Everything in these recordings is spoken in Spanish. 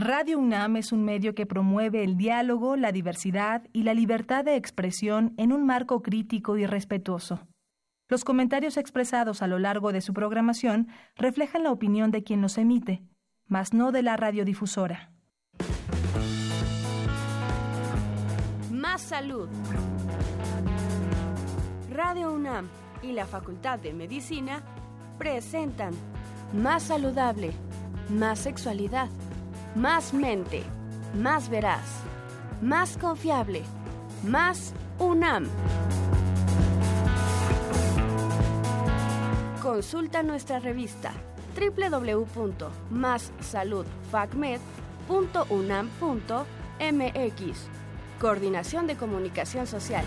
Radio UNAM es un medio que promueve el diálogo, la diversidad y la libertad de expresión en un marco crítico y respetuoso. Los comentarios expresados a lo largo de su programación reflejan la opinión de quien los emite, mas no de la radiodifusora. Más salud. Radio UNAM y la Facultad de Medicina presentan Más saludable, más sexualidad, más mente, más veraz, más confiable, más UNAM. Consulta nuestra revista www.massaludfacmed.unam.mx. Coordinación de Comunicación Social.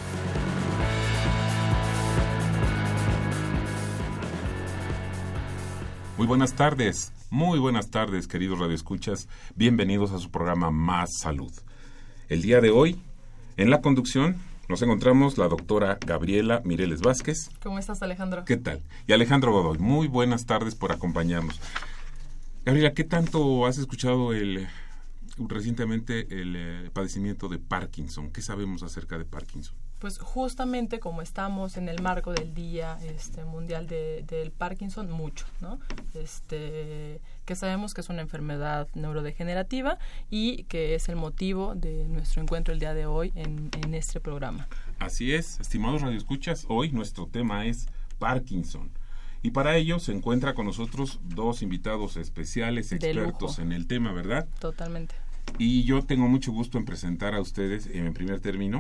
Muy buenas tardes, queridos radioescuchas. Bienvenidos a su programa Más Salud. El día de hoy, en la conducción, nos encontramos la doctora Gabriela Mireles Vázquez. ¿Cómo estás, Alejandro? ¿Qué tal? Y Alejandro Godoy. Muy buenas tardes por acompañarnos. Gabriela, ¿qué tanto has escuchado recientemente el padecimiento de Parkinson? ¿Qué sabemos acerca de Parkinson? Pues justamente como estamos en el marco del Día Mundial del Parkinson, mucho, ¿no? Que sabemos que es una enfermedad neurodegenerativa y que es el motivo de nuestro encuentro el día de hoy en este programa. Así es, estimados radioescuchas, hoy nuestro tema es Parkinson. Y para ello se encuentra con nosotros dos invitados especiales, expertos en el tema, ¿verdad? Totalmente. Y yo tengo mucho gusto en presentar a ustedes, en primer término.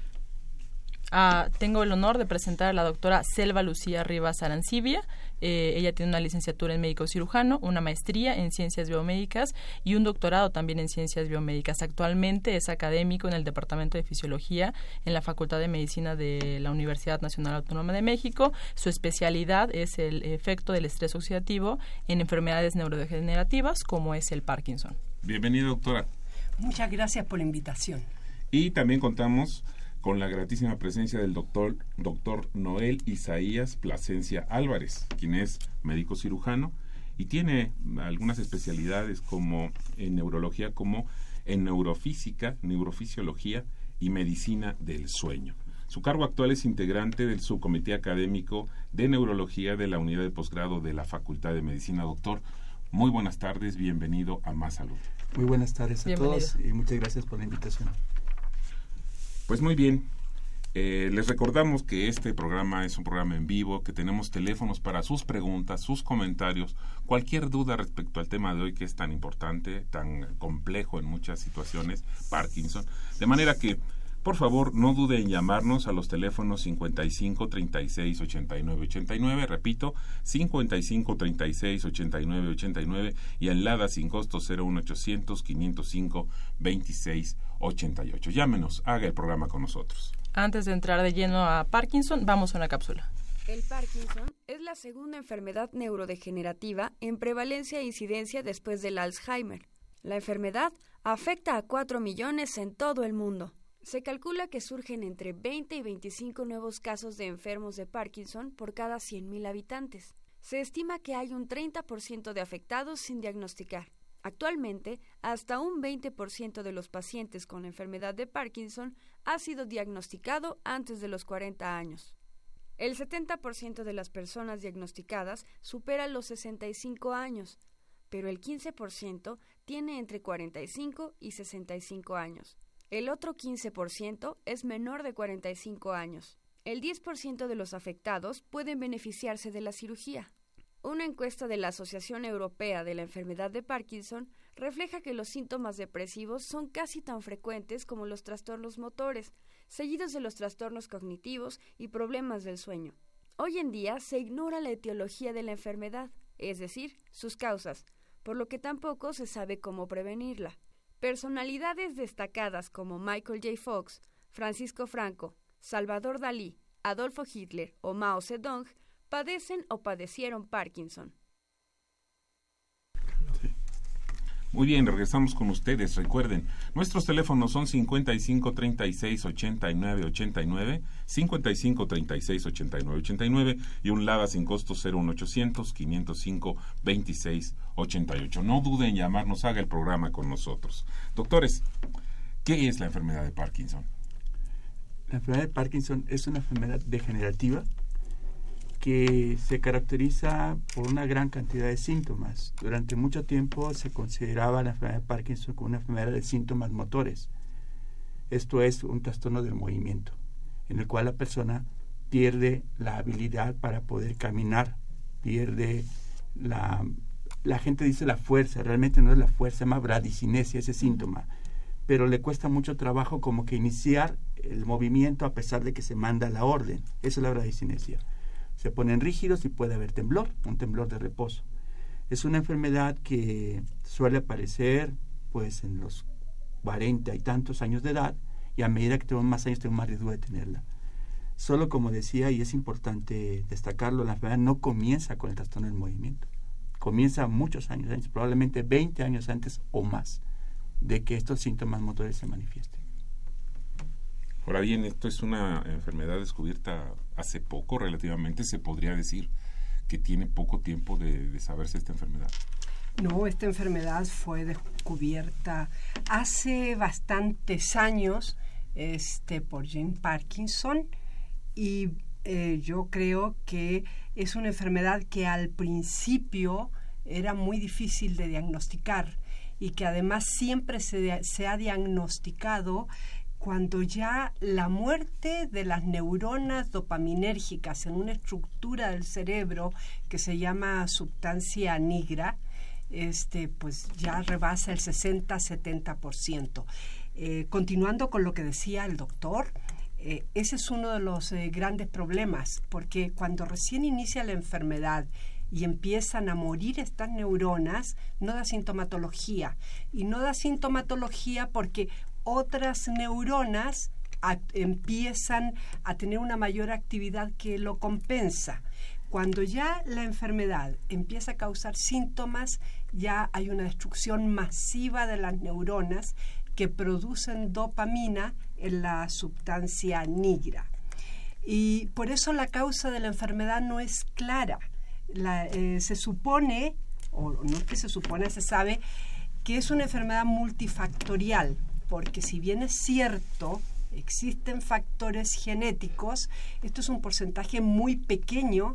Tengo el honor de presentar a la doctora Selva Lucía Rivas Arancibia. Ella tiene una licenciatura en médico cirujano, una maestría en ciencias biomédicas y un doctorado también en ciencias biomédicas. Actualmente es académico en el Departamento de Fisiología en la Facultad de Medicina de la Universidad Nacional Autónoma de México. Su especialidad es el efecto del estrés oxidativo en enfermedades neurodegenerativas como es el Parkinson. Bienvenida, doctora. Muchas gracias por la invitación. Y también contamos con la gratísima presencia del doctor Noel Isaías Plasencia Álvarez, quien es médico cirujano y tiene algunas especialidades como en neurología, como en neurofísica, neurofisiología y medicina del sueño. Su cargo actual es integrante del subcomité académico de neurología de la unidad de posgrado de la Facultad de Medicina. Doctor, muy buenas tardes, bienvenido a Más Salud. Muy buenas tardes a todos y muchas gracias por la invitación. Pues muy bien, les recordamos que este programa es un programa en vivo, que tenemos teléfonos para sus preguntas, sus comentarios, cualquier duda respecto al tema de hoy que es tan importante, tan complejo en muchas situaciones, Parkinson. De manera que, por favor, no dude en llamarnos a los teléfonos 55 36 89 89, repito, 55 36 89 89 y en LADA sin costo 01800 505 26 88. Llámenos, haga el programa con nosotros. Antes de entrar de lleno a Parkinson, vamos a una cápsula. El Parkinson es la segunda enfermedad neurodegenerativa en prevalencia e incidencia después del Alzheimer. La enfermedad afecta a 4 millones en todo el mundo. Se calcula que surgen entre 20 y 25 nuevos casos de enfermos de Parkinson por cada 100.000 habitantes. Se estima que hay un 30% de afectados sin diagnosticar. Actualmente, hasta un 20% de los pacientes con la enfermedad de Parkinson ha sido diagnosticado antes de los 40 años. El 70% de las personas diagnosticadas supera los 65 años, pero el 15% tiene entre 45 y 65 años. El otro 15% es menor de 45 años. El 10% de los afectados pueden beneficiarse de la cirugía. Una encuesta de la Asociación Europea de la Enfermedad de Parkinson refleja que los síntomas depresivos son casi tan frecuentes como los trastornos motores, seguidos de los trastornos cognitivos y problemas del sueño. Hoy en día se ignora la etiología de la enfermedad, es decir, sus causas, por lo que tampoco se sabe cómo prevenirla. Personalidades destacadas como Michael J. Fox, Francisco Franco, Salvador Dalí, Adolfo Hitler o Mao Zedong padecen o padecieron Parkinson. Muy bien, regresamos con ustedes. Recuerden, nuestros teléfonos son 55 36 89 89, 55 36 89 89 y un LADA sin costo 01800 505 26 88. No duden en llamarnos, haga el programa con nosotros. Doctores, ¿qué es la enfermedad de Parkinson? La enfermedad de Parkinson es una enfermedad degenerativa que se caracteriza por una gran cantidad de síntomas. Durante mucho tiempo se consideraba la enfermedad de Parkinson como una enfermedad de síntomas motores. Esto es un trastorno del movimiento, en el cual la persona pierde la habilidad para poder caminar, pierde la gente dice la fuerza, realmente no es la fuerza, se llama bradicinesia ese síntoma, pero le cuesta mucho trabajo como que iniciar el movimiento a pesar de que se manda la orden. Eso es la bradicinesia. Se ponen rígidos y puede haber temblor, un temblor de reposo. Es una enfermedad que suele aparecer pues en los 40 y tantos años de edad, y a medida que tenemos más años tenemos más riesgo de tenerla. Solo, como decía, y es importante destacarlo, la enfermedad no comienza con el trastorno del movimiento. Comienza muchos años antes, probablemente 20 años antes o más de que estos síntomas motores se manifiesten. Ahora bien, esto es una enfermedad descubierta hace poco, relativamente, se podría decir que tiene poco tiempo de saberse esta enfermedad. No, esta enfermedad fue descubierta hace bastantes años por Jane Parkinson, y yo creo que es una enfermedad que al principio era muy difícil de diagnosticar y que además siempre se ha diagnosticado cuando ya la muerte de las neuronas dopaminérgicas en una estructura del cerebro que se llama substancia nigra, pues ya rebasa el 60-70%. Continuando con lo que decía el doctor, ese es uno de los grandes problemas, porque cuando recién inicia la enfermedad y empiezan a morir estas neuronas, no da sintomatología. Y no da sintomatología porque otras neuronas empiezan a tener una mayor actividad que lo compensa. Cuando ya la enfermedad empieza a causar síntomas, ya hay una destrucción masiva de las neuronas que producen dopamina en la substancia nigra. Y por eso la causa de la enfermedad no es clara. Se supone, o no es que se supone, se sabe que es una enfermedad multifactorial, porque si bien es cierto, existen factores genéticos, esto es un porcentaje muy pequeño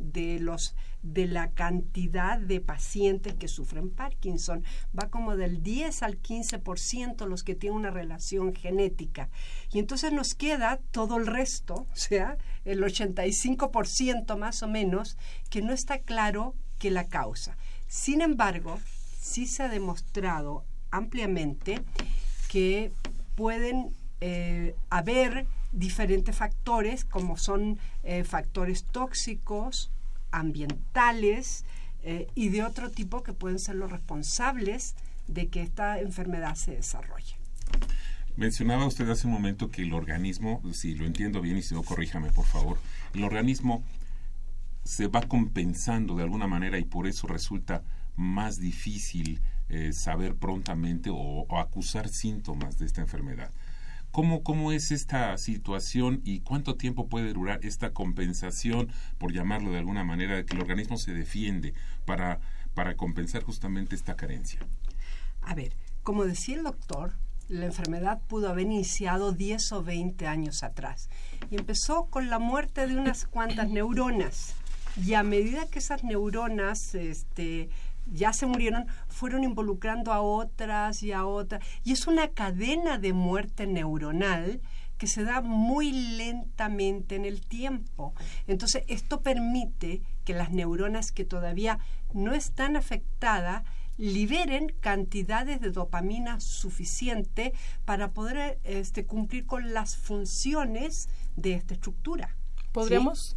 de la cantidad de pacientes que sufren Parkinson. Va como del 10 al 15% los que tienen una relación genética. Y entonces nos queda todo el resto, o sea, el 85% más o menos, que no está claro que la causa. Sin embargo, sí se ha demostrado ampliamente que pueden haber diferentes factores, como son factores tóxicos, ambientales y de otro tipo, que pueden ser los responsables de que esta enfermedad se desarrolle. Mencionaba usted hace un momento que el organismo, si lo entiendo bien y si no, corríjame por favor, el organismo se va compensando de alguna manera y por eso resulta más difícil saber prontamente o acusar síntomas de esta enfermedad. ¿Cómo es esta situación y cuánto tiempo puede durar esta compensación, por llamarlo de alguna manera, de que el organismo se defiende para compensar justamente esta carencia? A ver, como decía el doctor, la enfermedad pudo haber iniciado 10 o 20 años atrás y empezó con la muerte de unas cuantas neuronas, y a medida que esas neuronas ya se murieron, fueron involucrando a otras y a otras, y es una cadena de muerte neuronal que se da muy lentamente en el tiempo. Entonces, esto permite que las neuronas que todavía no están afectadas liberen cantidades de dopamina suficiente para poder cumplir con las funciones de esta estructura. ¿Podríamos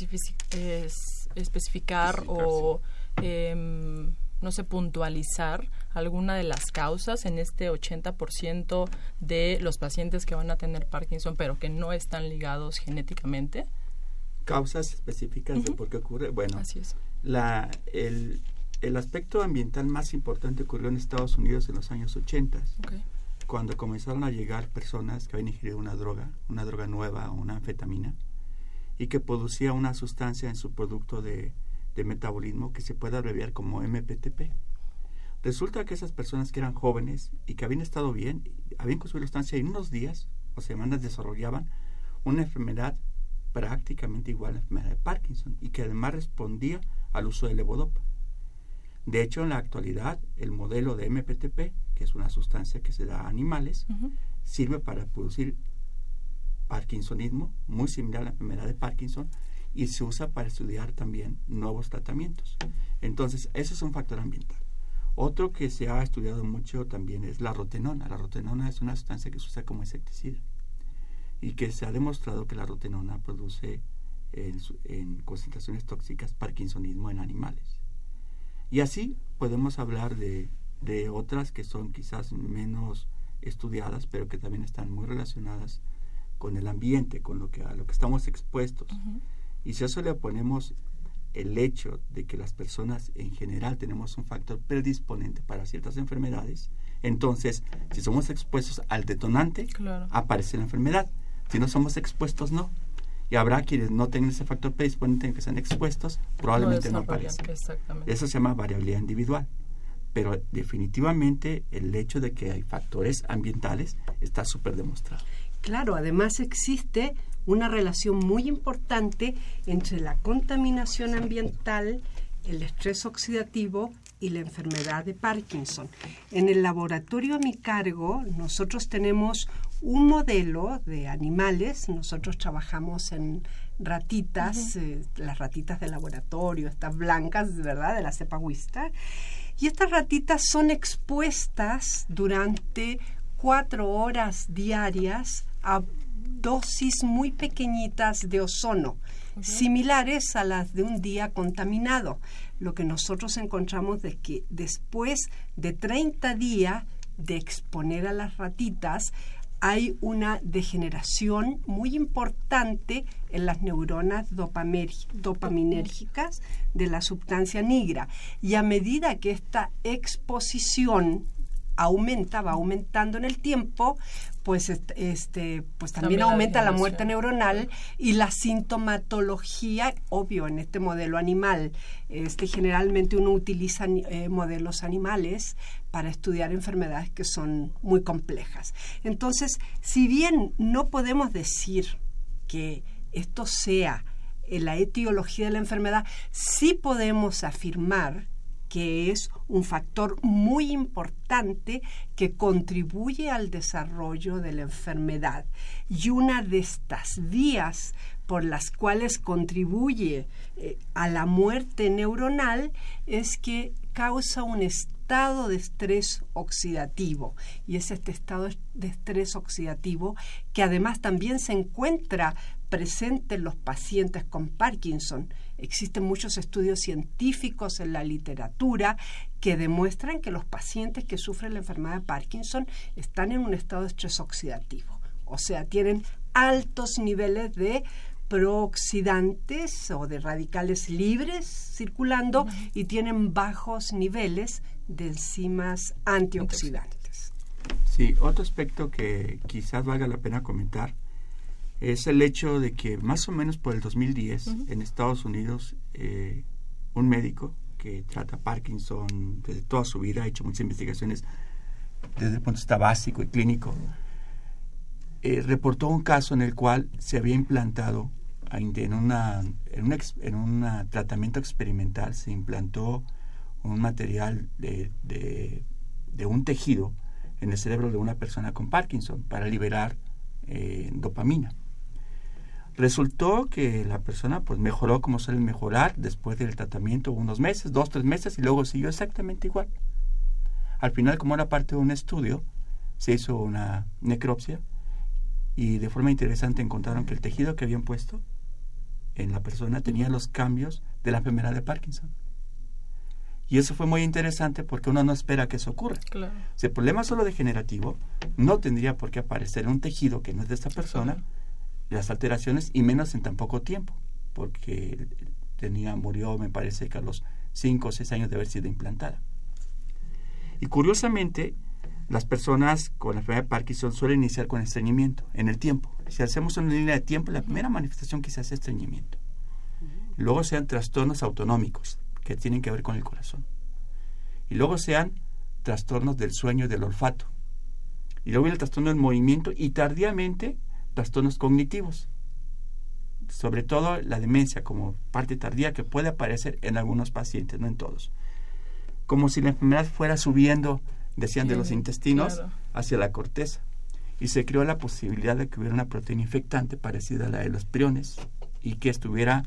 especificar o no sé, puntualizar alguna de las causas en este 80% de los pacientes que van a tener Parkinson, pero que no están ligados genéticamente? Causas específicas de por qué ocurre. Bueno, así es. el aspecto ambiental más importante ocurrió en Estados Unidos en los años 80, cuando comenzaron a llegar personas que habían ingerido una droga nueva, una anfetamina, y que producía una sustancia en su producto de metabolismo que se puede abreviar como MPTP. Resulta que esas personas que eran jóvenes y que habían estado bien, habían consumido la sustancia y en unos días o semanas desarrollaban una enfermedad prácticamente igual a la enfermedad de Parkinson y que además respondía al uso de levodopa. De hecho, en la actualidad, el modelo de MPTP, que es una sustancia que se da a animales, sirve para producir parkinsonismo, muy similar a la enfermedad de Parkinson, y se usa para estudiar también nuevos tratamientos. Entonces, ese es un factor ambiental. Otro que se ha estudiado mucho también es la rotenona. La rotenona es una sustancia que se usa como insecticida y que se ha demostrado que la rotenona produce en concentraciones tóxicas parkinsonismo en animales. Y así podemos hablar de otras que son quizás menos estudiadas, pero que también están muy relacionadas con el ambiente, con a lo que estamos expuestos. Y si a eso le ponemos el hecho de que las personas en general tenemos un factor predisponente para ciertas enfermedades, entonces si somos expuestos al detonante, aparece la enfermedad. Si no somos expuestos, no. Y habrá quienes no tengan ese factor predisponente en que sean expuestos, probablemente no aparezca. Eso se llama variabilidad individual. Pero definitivamente el hecho de que hay factores ambientales está súper demostrado. Claro, además existe una relación muy importante entre la contaminación ambiental, el estrés oxidativo y la enfermedad de Parkinson. En el laboratorio a mi cargo, nosotros tenemos un modelo de animales. Nosotros trabajamos en ratitas, las ratitas de laboratorio, estas blancas, ¿verdad?, de la cepa Wistar. Y estas ratitas son expuestas durante 4 horas diarias a dosis muy pequeñitas de ozono, similares a las de un día contaminado. Lo que nosotros encontramos es que después de 30 días de exponer a las ratitas, hay una degeneración muy importante en las neuronas dopaminérgicas de la sustancia nigra. Y a medida que esta exposición va aumentando en el tiempo, pues también aumenta la muerte neuronal y la sintomatología, obvio, en este modelo animal. Generalmente uno utiliza modelos animales para estudiar enfermedades que son muy complejas. Entonces, si bien no podemos decir que esto sea la etiología de la enfermedad, sí podemos afirmar que es un factor muy importante que contribuye al desarrollo de la enfermedad. Y una de estas vías por las cuales contribuye a la muerte neuronal es que causa un estado de estrés oxidativo. Y es este estado de estrés oxidativo que además también se encuentra presente en los pacientes con Parkinson. Existen muchos estudios científicos en la literatura que demuestran que los pacientes que sufren la enfermedad de Parkinson están en un estado de estrés oxidativo. O sea, tienen altos niveles de prooxidantes o de radicales libres circulando y tienen bajos niveles de enzimas antioxidantes. Sí, otro aspecto que quizás valga la pena comentar es el hecho de que más o menos por el 2010 en Estados Unidos un médico que trata Parkinson desde toda su vida, ha hecho muchas investigaciones desde el punto de vista básico y clínico, reportó un caso en el cual se había implantado en un tratamiento experimental, se implantó un material de un tejido en el cerebro de una persona con Parkinson para liberar dopamina. Resultó que la persona pues mejoró como suele mejorar después del tratamiento, unos meses, 2-3 meses, y luego siguió exactamente igual. Al final, como era parte de un estudio, se hizo una necropsia y de forma interesante encontraron que el tejido que habían puesto en la persona tenía los cambios de la enfermedad de Parkinson. Y eso fue muy interesante porque uno no espera que eso ocurra. Claro. Si el problema es solo degenerativo, no tendría por qué aparecer en un tejido que no es de esta persona las alteraciones, y menos en tan poco tiempo, porque murió, me parece que a los 5 o 6 años de haber sido implantada. Y curiosamente, las personas con la enfermedad de Parkinson suelen iniciar con estreñimiento en el tiempo. Si hacemos una línea de tiempo, la primera manifestación que se hace es estreñimiento. Luego sean trastornos autonómicos, que tienen que ver con el corazón. Y luego sean trastornos del sueño y del olfato. Y luego viene el trastorno del movimiento y tardíamente trastornos cognitivos. Sobre todo la demencia como parte tardía que puede aparecer en algunos pacientes, no en todos. Como si la enfermedad fuera subiendo, decían, de los intestinos hacia la corteza. Y se creó la posibilidad de que hubiera una proteína infectante parecida a la de los priones y que estuviera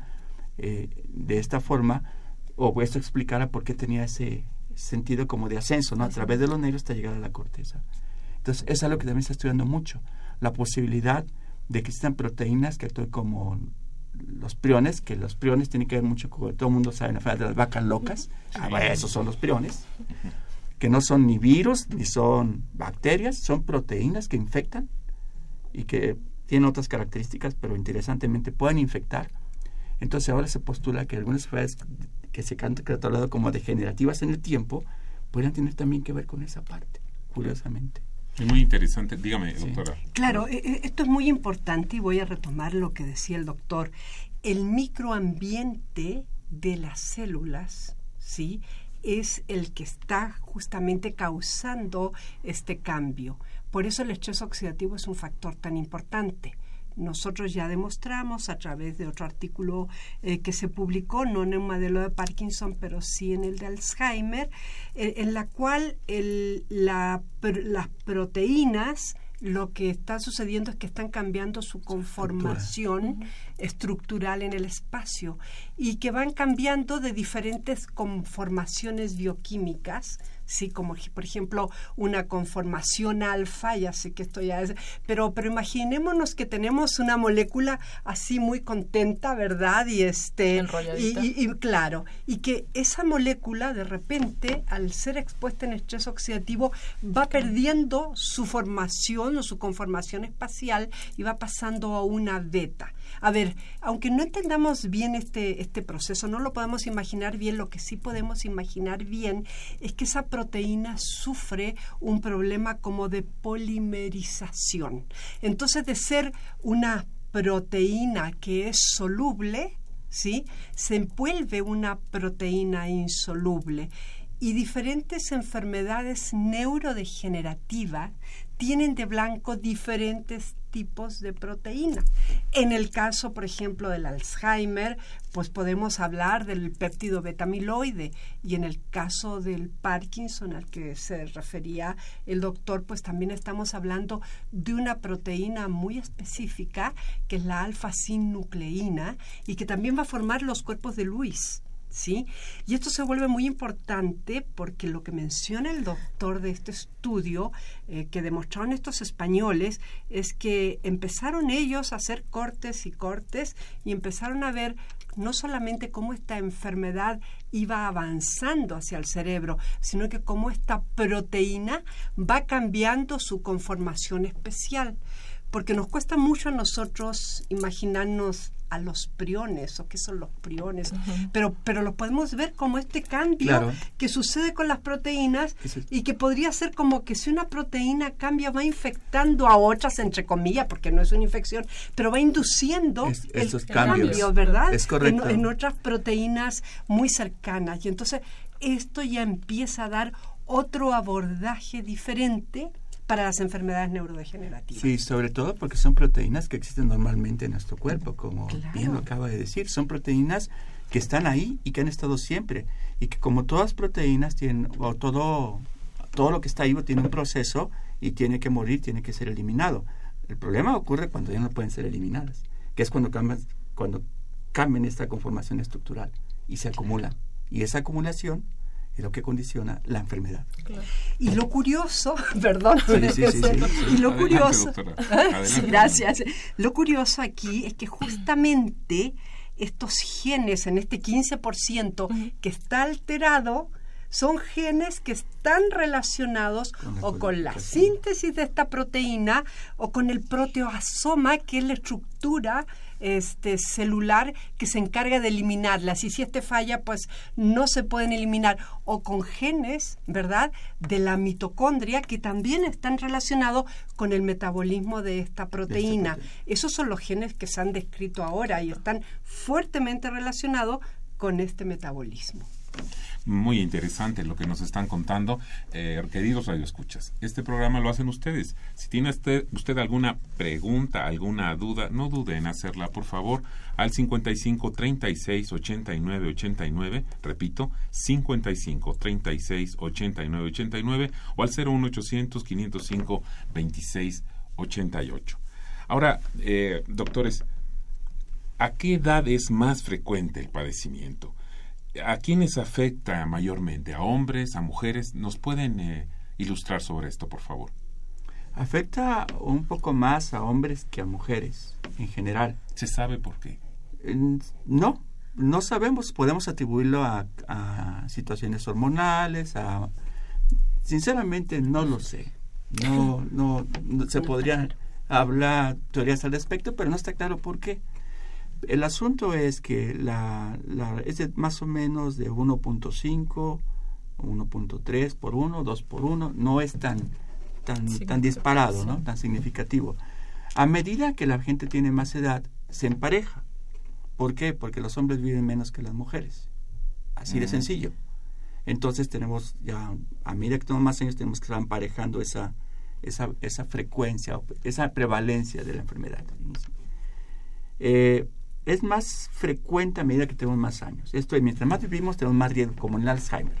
de esta forma, o esto explicara por qué tenía ese sentido como de ascenso, ¿no? A través de los nervios hasta llegar a la corteza. Entonces, es algo que también se está estudiando mucho, la posibilidad de que existan proteínas que actúen como los priones, que los priones tienen que ver mucho con, todo el mundo sabe, la enfermedad de las vacas locas, esos son los priones, que no son ni virus, ni son bacterias, son proteínas que infectan y que tienen otras características, pero interesantemente pueden infectar. Entonces ahora se postula que algunas enfermedades que se han catalogado como degenerativas en el tiempo podrían tener también que ver con esa parte, curiosamente. Es muy interesante. Dígame, doctora. Claro, esto es muy importante y voy a retomar lo que decía el doctor. El microambiente de las células, ¿sí?, es el que está justamente causando este cambio. Por eso el estrés oxidativo es un factor tan importante. Nosotros ya demostramos a través de otro artículo que se publicó, no en un modelo de Parkinson, pero sí en el de Alzheimer, en la cual las proteínas, lo que está sucediendo es que están cambiando su conformación estructural en el espacio y que van cambiando de diferentes conformaciones bioquímicas, sí, como por ejemplo una conformación alfa, ya sé que esto ya es, pero imaginémonos que tenemos una molécula así muy contenta, ¿verdad? Y y claro, y que esa molécula de repente, al ser expuesta en estrés oxidativo, va perdiendo su formación o su conformación espacial y va pasando a una beta. A ver, aunque no entendamos bien este proceso, no lo podemos imaginar bien, lo que sí podemos imaginar bien es que esa proteína sufre un problema como de polimerización. Entonces, de ser una proteína que es soluble, ¿sí?, se vuelve una proteína insoluble. Y diferentes enfermedades neurodegenerativas tienen de blanco diferentes tipos de proteína. En el caso, por ejemplo, del Alzheimer, pues podemos hablar del péptido beta-amiloide, y en el caso del Parkinson, al que se refería el doctor, pues también estamos hablando de una proteína muy específica, que es la alfa-sinucleína, y que también va a formar los cuerpos de Lewis, ¿sí? Y esto se vuelve muy importante porque lo que menciona el doctor de este estudio que demostraron estos españoles es que empezaron ellos a hacer cortes y empezaron a ver no solamente cómo esta enfermedad iba avanzando hacia el cerebro, sino que cómo esta proteína va cambiando su conformación especial. Porque nos cuesta mucho a nosotros imaginarnos a los priones, o qué son los priones, pero lo podemos ver como este cambio que sucede con las proteínas y que podría ser como que si una proteína cambia, va infectando a otras, entre comillas, porque no es una infección, pero va induciendo esos cambios, ¿verdad? Es correcto. En otras proteínas muy cercanas. Y entonces esto ya empieza a dar otro abordaje diferente para las enfermedades neurodegenerativas. Sí, sobre todo porque son proteínas que existen normalmente en nuestro cuerpo, como bien lo acaba de decir. Son proteínas que están ahí y que han estado siempre. Y que como todas proteínas tienen, o todo lo que está vivo tiene un proceso y tiene que morir, tiene que ser eliminado. El problema ocurre cuando ya no pueden ser eliminadas, que es cuando cambian esta conformación estructural y se acumulan. Y esa acumulación es lo que condiciona la enfermedad. Claro. Y lo curioso, perdón, sí. Y lo curioso, Adelante. Gracias. Lo curioso aquí es que justamente estos genes en este 15% que está alterado son genes que están relacionados o con la síntesis de esta proteína o con el proteasoma, que es la estructura celular que se encarga de eliminarlas, y si falla, pues no se pueden eliminar, o con genes, ¿verdad?, de la mitocondria, que también están relacionados con el metabolismo de esta proteína. Esos son los genes que se han descrito ahora y están fuertemente relacionados con este metabolismo. Muy interesante lo que nos están contando, queridos radioescuchas. Este programa lo hacen ustedes. Si tiene usted alguna pregunta, alguna duda, no dude en hacerla, por favor, al 55 36 89 89, repito, 55 36 89 89, o al 01800 505 26 88. Ahora, doctores, ¿a qué edad es más frecuente el padecimiento? ¿A quiénes afecta mayormente? ¿A hombres, a mujeres? ¿Nos pueden ilustrar sobre esto, por favor? Afecta un poco más a hombres que a mujeres, en general. ¿Se sabe por qué? No sabemos. Podemos atribuirlo a situaciones hormonales, sinceramente no lo sé. No se podría hablar teorías al respecto, pero no está claro por qué. El asunto es que es de más o menos de 1.5, 1.3 por 1, 2 por 1, no es tan disparado, ¿no?, tan significativo. A medida que la gente tiene más edad, se empareja. ¿Por qué? Porque los hombres viven menos que las mujeres. Así de sencillo. Entonces tenemos ya, a medida que tenemos más años, tenemos que estar emparejando esa frecuencia, esa prevalencia de la enfermedad. Es más frecuente a medida que tenemos más años. Esto es, mientras más vivimos, tenemos más riesgo, como en el Alzheimer.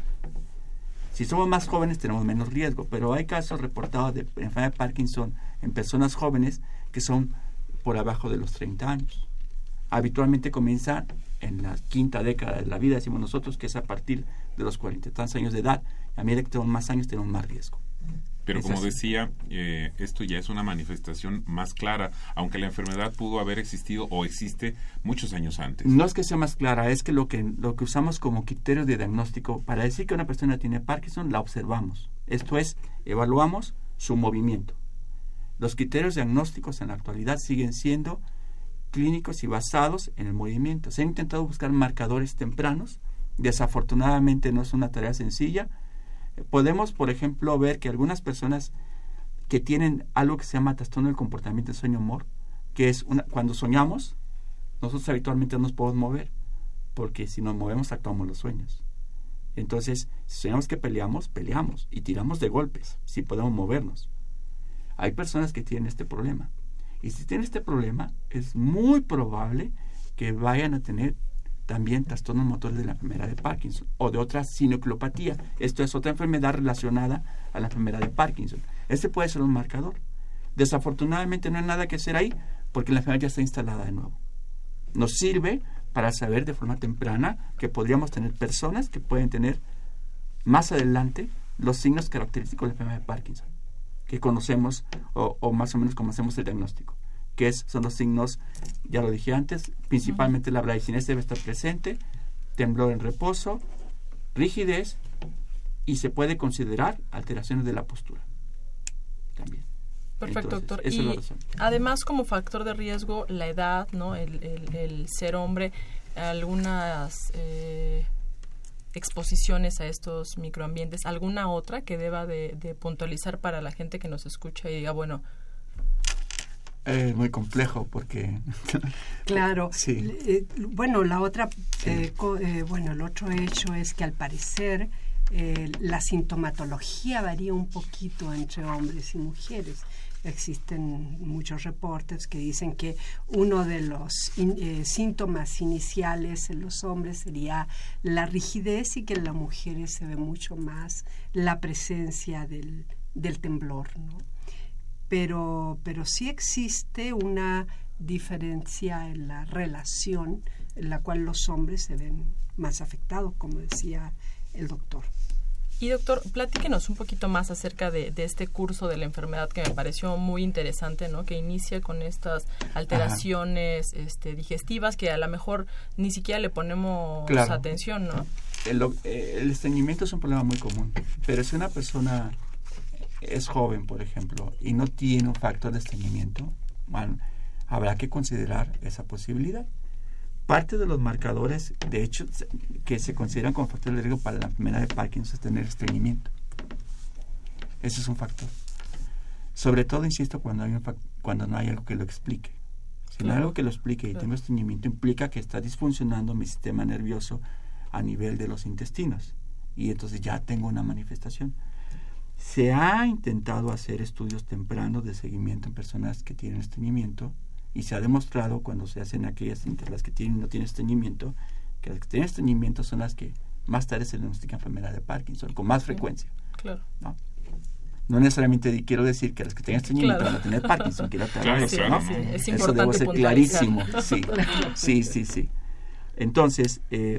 Si somos más jóvenes, tenemos menos riesgo, pero hay casos reportados de enfermedad de Parkinson en personas jóvenes que son por abajo de los 30 años. Habitualmente comienza en la quinta década de la vida, decimos nosotros, que es a partir de los 40 y tantos años de edad. A medida que tenemos más años, tenemos más riesgo. Pero como decía, esto ya es una manifestación más clara, aunque la enfermedad pudo haber existido o existe muchos años antes. No es que sea más clara, es que lo que usamos como criterio de diagnóstico para decir que una persona tiene Parkinson, la observamos. Esto es, evaluamos su movimiento. Los criterios diagnósticos en la actualidad siguen siendo clínicos y basados en el movimiento. Se han intentado buscar marcadores tempranos. Desafortunadamente no es una tarea sencilla. Podemos, por ejemplo, ver que algunas personas que tienen algo que se llama trastorno del comportamiento de sueño-humor, que es cuando soñamos, nosotros habitualmente no nos podemos mover, porque si nos movemos actuamos los sueños. Entonces, si soñamos que peleamos y tiramos de golpes, si podemos movernos. Hay personas que tienen este problema. Y si tienen este problema, es muy probable que vayan a tener también trastornos motores de la enfermedad de Parkinson o de otra sinucleopatía. Esto es otra enfermedad relacionada a la enfermedad de Parkinson. Este puede ser un marcador. Desafortunadamente no hay nada que hacer ahí porque la enfermedad ya está instalada de nuevo. Nos sirve para saber de forma temprana que podríamos tener personas que pueden tener más adelante los signos característicos de la enfermedad de Parkinson, que conocemos o más o menos conocemos el diagnóstico, que son los signos, ya lo dije antes, principalmente la bradicinesia debe estar presente, temblor en reposo, rigidez, y se puede considerar alteraciones de la postura también. Perfecto. Entonces, doctor. Esa Y es la razón. además, como factor de riesgo, la edad, ¿no? El ser hombre, algunas exposiciones a estos microambientes, ¿alguna otra que deba de puntualizar para la gente que nos escucha y diga, bueno... Es muy complejo porque... Claro. Sí. Bueno, la otra, Sí. el otro hecho es que al parecer la sintomatología varía un poquito entre hombres y mujeres. Existen muchos reportes que dicen que uno de los síntomas iniciales en los hombres sería la rigidez y que en las mujeres se ve mucho más la presencia del temblor, ¿no? Pero sí existe una diferencia en la relación en la cual los hombres se ven más afectados, como decía el doctor. Y doctor, platíquenos un poquito más acerca de este curso de la enfermedad que me pareció muy interesante, ¿no? Que inicia con estas alteraciones digestivas que a lo mejor ni siquiera le ponemos atención, ¿no? el estreñimiento es un problema muy común, pero si una persona es joven, por ejemplo, y no tiene un factor de estreñimiento, bueno, habrá que considerar esa posibilidad. Parte de los marcadores, de hecho, que se consideran como factores de riesgo para la enfermedad de Parkinson es tener estreñimiento. Ese es un factor. Sobre todo, insisto, cuando no hay algo que lo explique. Si no hay algo que lo explique y tengo estreñimiento, implica que está disfuncionando mi sistema nervioso a nivel de los intestinos. Y entonces ya tengo una manifestación. Se ha intentado hacer estudios tempranos de seguimiento en personas que tienen estreñimiento y se ha demostrado cuando se hacen aquellas entre las que tienen y no tienen estreñimiento, que las que tienen estreñimiento son las que más tarde se diagnostican enfermedad de Parkinson, con más frecuencia. Claro. No necesariamente quiero decir que las que tengan estreñimiento van a tener Parkinson, quiero aclarar eso, ¿no? Sí, es eso debo ser clarísimo. Sí. Entonces,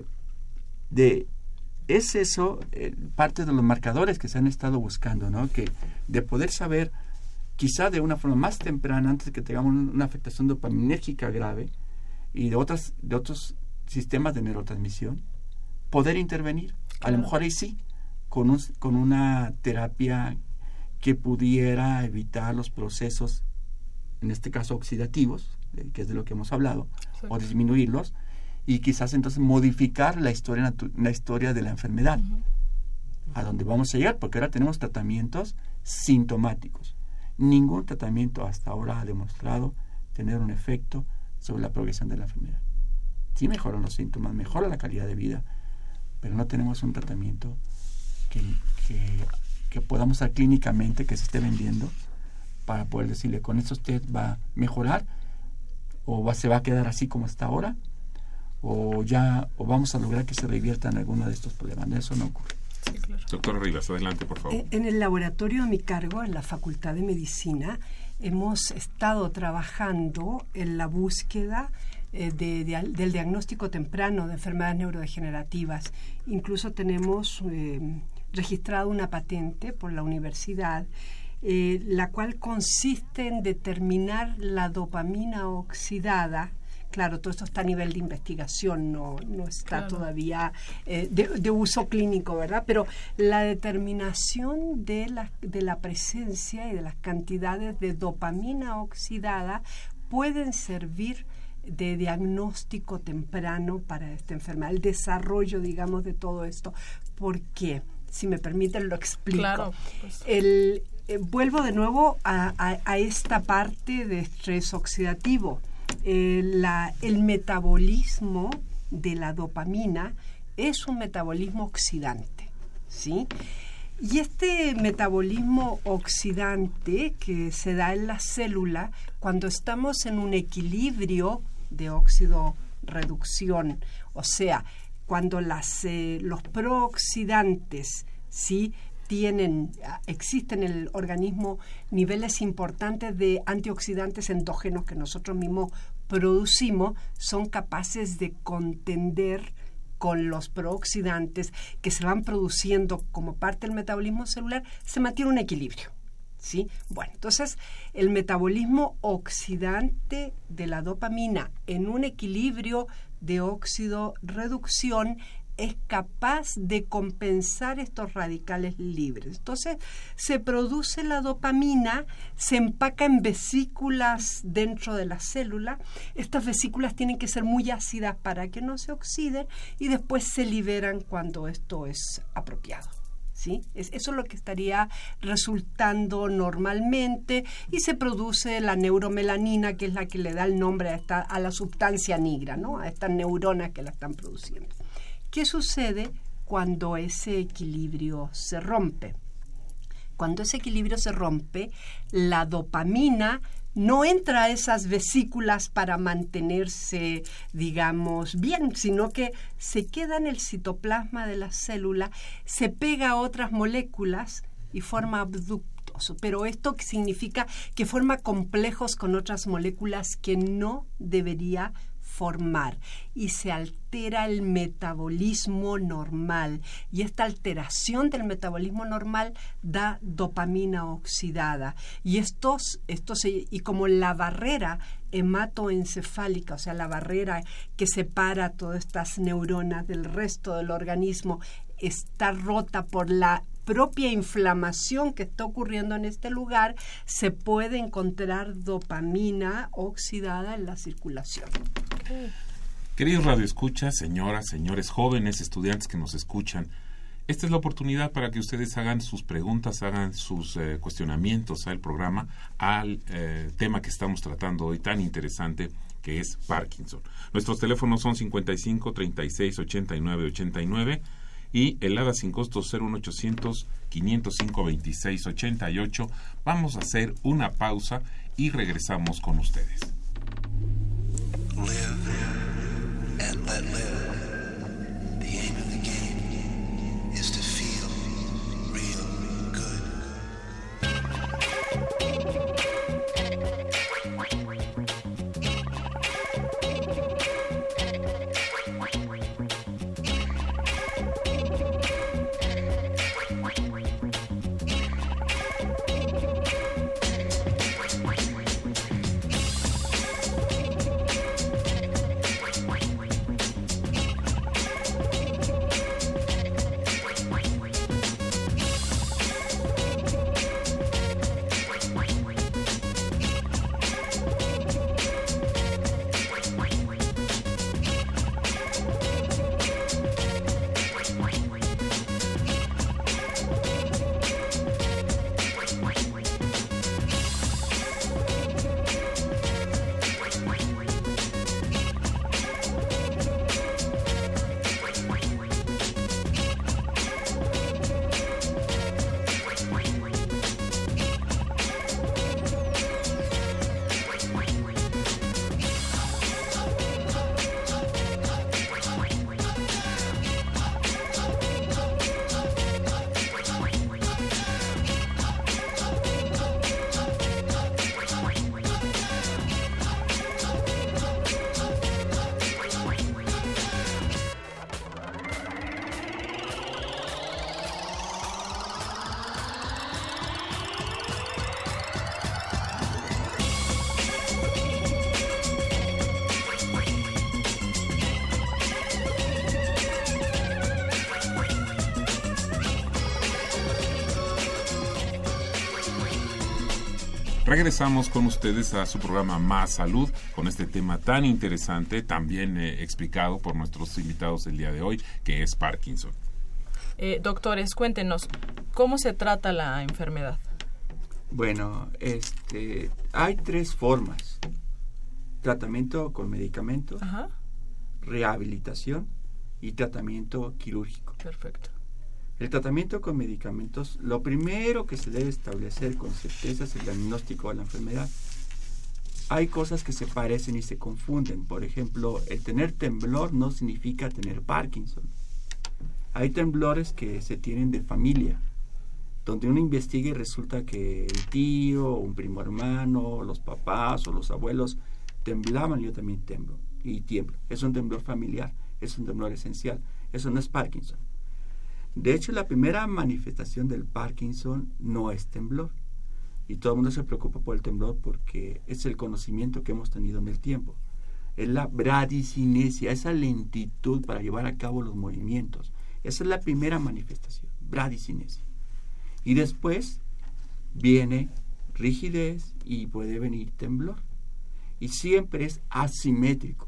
es eso parte de los marcadores que se han estado buscando, ¿no? Que de poder saber, quizá de una forma más temprana, antes de que tengamos una afectación dopaminérgica grave y de otros sistemas de neurotransmisión, poder intervenir. A lo mejor ahí sí, con una terapia que pudiera evitar los procesos, en este caso oxidativos, que es de lo que hemos hablado, o disminuirlos, y quizás entonces modificar la historia de la enfermedad, a donde vamos a llegar, porque ahora tenemos tratamientos sintomáticos. Ningún tratamiento hasta ahora ha demostrado tener un efecto sobre la progresión de la enfermedad. Sí mejoran los síntomas, mejora la calidad de vida, pero no tenemos un tratamiento que podamos dar clínicamente, que se esté vendiendo, para poder decirle, con esto usted va a mejorar, o se va a quedar así como está ahora, o vamos a lograr que se reviertan alguno de estos problemas. Eso no ocurre. Sí, claro. Doctora Rivas, adelante, por favor. En el laboratorio a mi cargo, en la Facultad de Medicina, hemos estado trabajando en la búsqueda del diagnóstico temprano de enfermedades neurodegenerativas. Incluso tenemos registrado una patente por la universidad, la cual consiste en determinar la dopamina oxidada. Claro, todo esto está a nivel de investigación, no está todavía de uso clínico, ¿verdad? Pero la determinación de la presencia y de las cantidades de dopamina oxidada pueden servir de diagnóstico temprano para esta enfermedad, el desarrollo, digamos, de todo esto. ¿Por qué? Si me permiten, lo explico. Claro, pues. Vuelvo de nuevo a esta parte de estrés oxidativo. El metabolismo de la dopamina es un metabolismo oxidante, ¿sí? Y este metabolismo oxidante que se da en la célula cuando estamos en un equilibrio de óxido-reducción, o sea, cuando los prooxidantes, ¿sí?, existen en el organismo niveles importantes de antioxidantes endógenos que nosotros mismos producimos, son capaces de contender con los prooxidantes que se van produciendo como parte del metabolismo celular, se mantiene un equilibrio, ¿sí? Bueno, entonces el metabolismo oxidante de la dopamina en un equilibrio de óxido-reducción es capaz de compensar estos radicales libres. Entonces, se produce la dopamina, se empaca en vesículas dentro de la célula. Estas vesículas tienen que ser muy ácidas para que no se oxiden y después se liberan cuando esto es apropiado, ¿sí? Eso es lo que estaría resultando normalmente, y se produce la neuromelanina, que es la que le da el nombre a la sustancia negra, ¿no?, a estas neuronas que la están produciendo. ¿Qué sucede cuando ese equilibrio se rompe? Cuando ese equilibrio se rompe, la dopamina no entra a esas vesículas para mantenerse, digamos, bien, sino que se queda en el citoplasma de la célula, se pega a otras moléculas y forma abductos. Pero esto significa que forma complejos con otras moléculas que no debería formar y se altera el metabolismo normal, y esta alteración del metabolismo normal da dopamina oxidada, y y como la barrera hematoencefálica, o sea, la barrera que separa todas estas neuronas del resto del organismo, está rota por la propia inflamación que está ocurriendo en este lugar, se puede encontrar dopamina oxidada en la circulación. Queridos radioescuchas, señoras, señores, jóvenes, estudiantes que nos escuchan, esta es la oportunidad para que ustedes hagan sus preguntas, hagan sus cuestionamientos al programa, al tema que estamos tratando hoy tan interesante, que es Parkinson. Nuestros teléfonos son 55 36 89 89 y el ADA sin costo 01800 505 26 88. Vamos a hacer una pausa y regresamos con ustedes. Live and let live. The aim of the game is to feel real good. Regresamos con ustedes a su programa Más Salud, con este tema tan interesante, también explicado por nuestros invitados del día de hoy, que es Parkinson. Doctores, cuéntenos, ¿cómo se trata la enfermedad? Bueno, hay 3 formas: tratamiento con medicamentos, Ajá. rehabilitación y tratamiento quirúrgico. Perfecto. El tratamiento con medicamentos, lo primero que se debe establecer con certeza es el diagnóstico de la enfermedad. Hay cosas que se parecen y se confunden. Por ejemplo, el tener temblor no significa tener Parkinson. Hay temblores que se tienen de familia, donde uno investiga y resulta que el tío, un primo hermano, los papás o los abuelos temblaban, yo también tiemblo. Es un temblor familiar, es un temblor esencial. Eso no es Parkinson. De hecho, la primera manifestación del Parkinson no es temblor. Y todo el mundo se preocupa por el temblor porque es el conocimiento que hemos tenido en el tiempo. Es la bradicinesia, esa lentitud para llevar a cabo los movimientos. Esa es la primera manifestación, bradicinesia. Y después viene rigidez y puede venir temblor. Y siempre es asimétrico.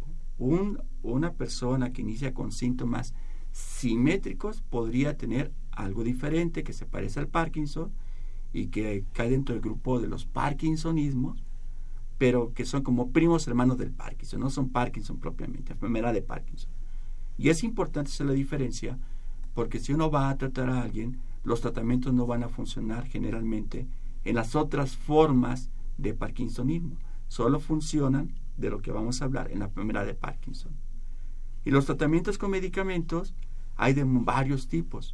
Una persona que inicia con síntomas simétricos podría tener algo diferente que se parece al Parkinson y que cae dentro del grupo de los parkinsonismos, pero que son como primos hermanos del Parkinson, no son Parkinson propiamente, enfermedad de Parkinson. Y es importante hacer la diferencia porque si uno va a tratar a alguien, los tratamientos no van a funcionar generalmente en las otras formas de parkinsonismo, solo funcionan de lo que vamos a hablar en la enfermedad de Parkinson. Y los tratamientos con medicamentos hay de varios tipos.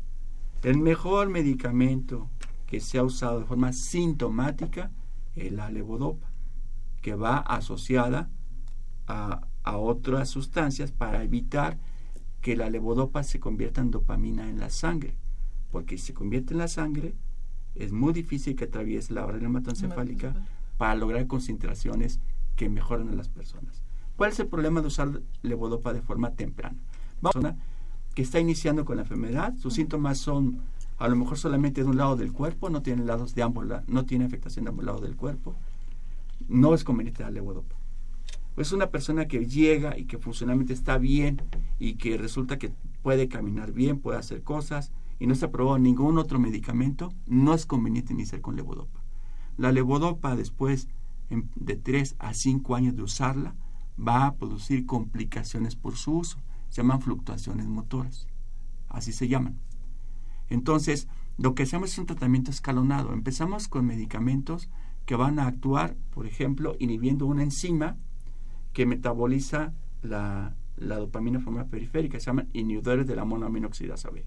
El mejor medicamento que se ha usado de forma sintomática es la levodopa, que va asociada a a otras sustancias para evitar que la levodopa se convierta en dopamina en la sangre, porque si se convierte en la sangre es muy difícil que atraviese la barrera hematoencefálica para lograr concentraciones que mejoran a las personas. ¿Cuál es el problema de usar levodopa de forma temprana? Una persona que está iniciando con la enfermedad, sus síntomas son a lo mejor solamente de un lado del cuerpo, no tiene lados de ambos, no tiene afectación de ambos lados del cuerpo, no es conveniente dar levodopa. Es una persona que llega y que funcionalmente está bien y que resulta que puede caminar bien, puede hacer cosas y no se ha probado ningún otro medicamento, no es conveniente iniciar con levodopa. La levodopa después de 3 a 5 años de usarla va a producir complicaciones por su uso, se llaman fluctuaciones motoras, así se llaman. Entonces, lo que hacemos es un tratamiento escalonado. Empezamos con medicamentos que van a actuar, por ejemplo, inhibiendo una enzima que metaboliza la dopamina de forma periférica, se llaman inhibidores de la monoaminoxidasa B.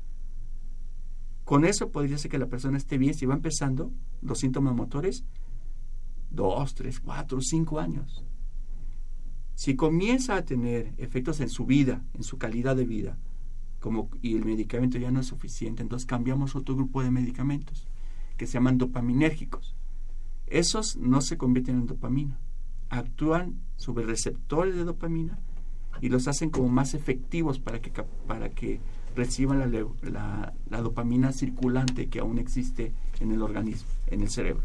Con eso podría ser que la persona esté bien si va empezando los síntomas motores 2, 3, 4, 5 años. Si comienza a tener efectos en su vida, en su calidad de vida, y el medicamento ya no es suficiente, entonces cambiamos otro grupo de medicamentos que se llaman dopaminérgicos. Esos no se convierten en dopamina, actúan sobre receptores de dopamina y los hacen como más efectivos para que reciban la dopamina circulante que aún existe en el organismo, en el cerebro.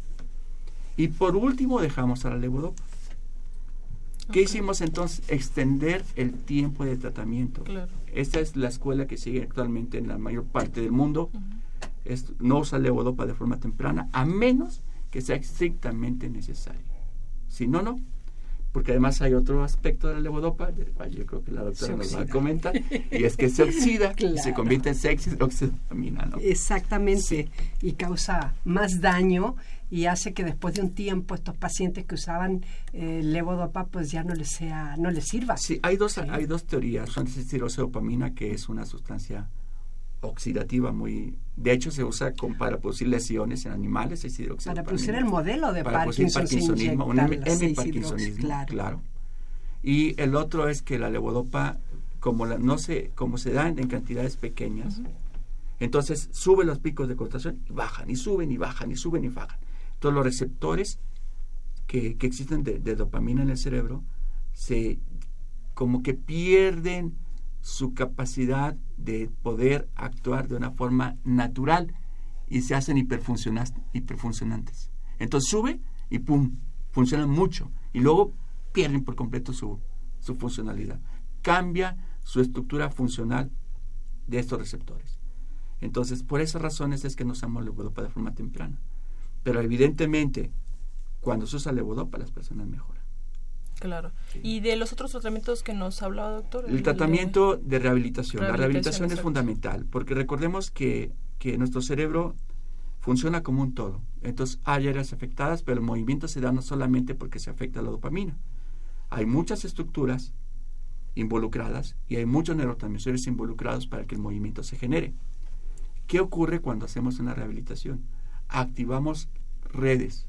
Y por último dejamos a la levodopa. ¿Qué hicimos entonces? Extender el tiempo de tratamiento. Claro. Esta es la escuela que sigue actualmente en la mayor parte del mundo. No usa levodopa de forma temprana, a menos que sea estrictamente necesario. Si no, no. Porque además hay otro aspecto de la levodopa, del cual yo creo que la doctora nos va a comentar, y es que se oxida y se convierte en sexidroxidopamina, ¿no? Exactamente, Sí. Y causa más daño y hace que después de un tiempo estos pacientes que usaban levodopa pues ya no les sirva. Sí, hay dos teorías. Una es sexidroxidopamina, que es una sustancia oxidativa de hecho se usa para producir lesiones en animales, para producir el modelo de parkinsonismo, un hemiparkinsonismo, claro. Y el otro es que la levodopa, como se da en cantidades pequeñas, entonces sube los picos de concentración y bajan, y suben y bajan, y suben y bajan. Entonces los receptores que existen de dopamina en el cerebro como que pierden su capacidad de poder actuar de una forma natural y se hacen hiperfuncionantes. Entonces sube y ¡pum! Funcionan mucho y luego pierden por completo su funcionalidad. Cambia su estructura funcional de estos receptores. Entonces, por esas razones es que no usamos levodopa de forma temprana. Pero evidentemente, cuando se usa levodopa, las personas mejoran. Claro. Sí. ¿Y de los otros tratamientos que nos hablaba, doctor? El tratamiento de rehabilitación. La rehabilitación es exacto. fundamental, porque recordemos que nuestro cerebro funciona como un todo. Entonces, hay áreas afectadas, pero el movimiento se da no solamente porque se afecta la dopamina. Hay muchas estructuras involucradas y hay muchos neurotransmisores involucrados para que el movimiento se genere. ¿Qué ocurre cuando hacemos una rehabilitación? Activamos redes.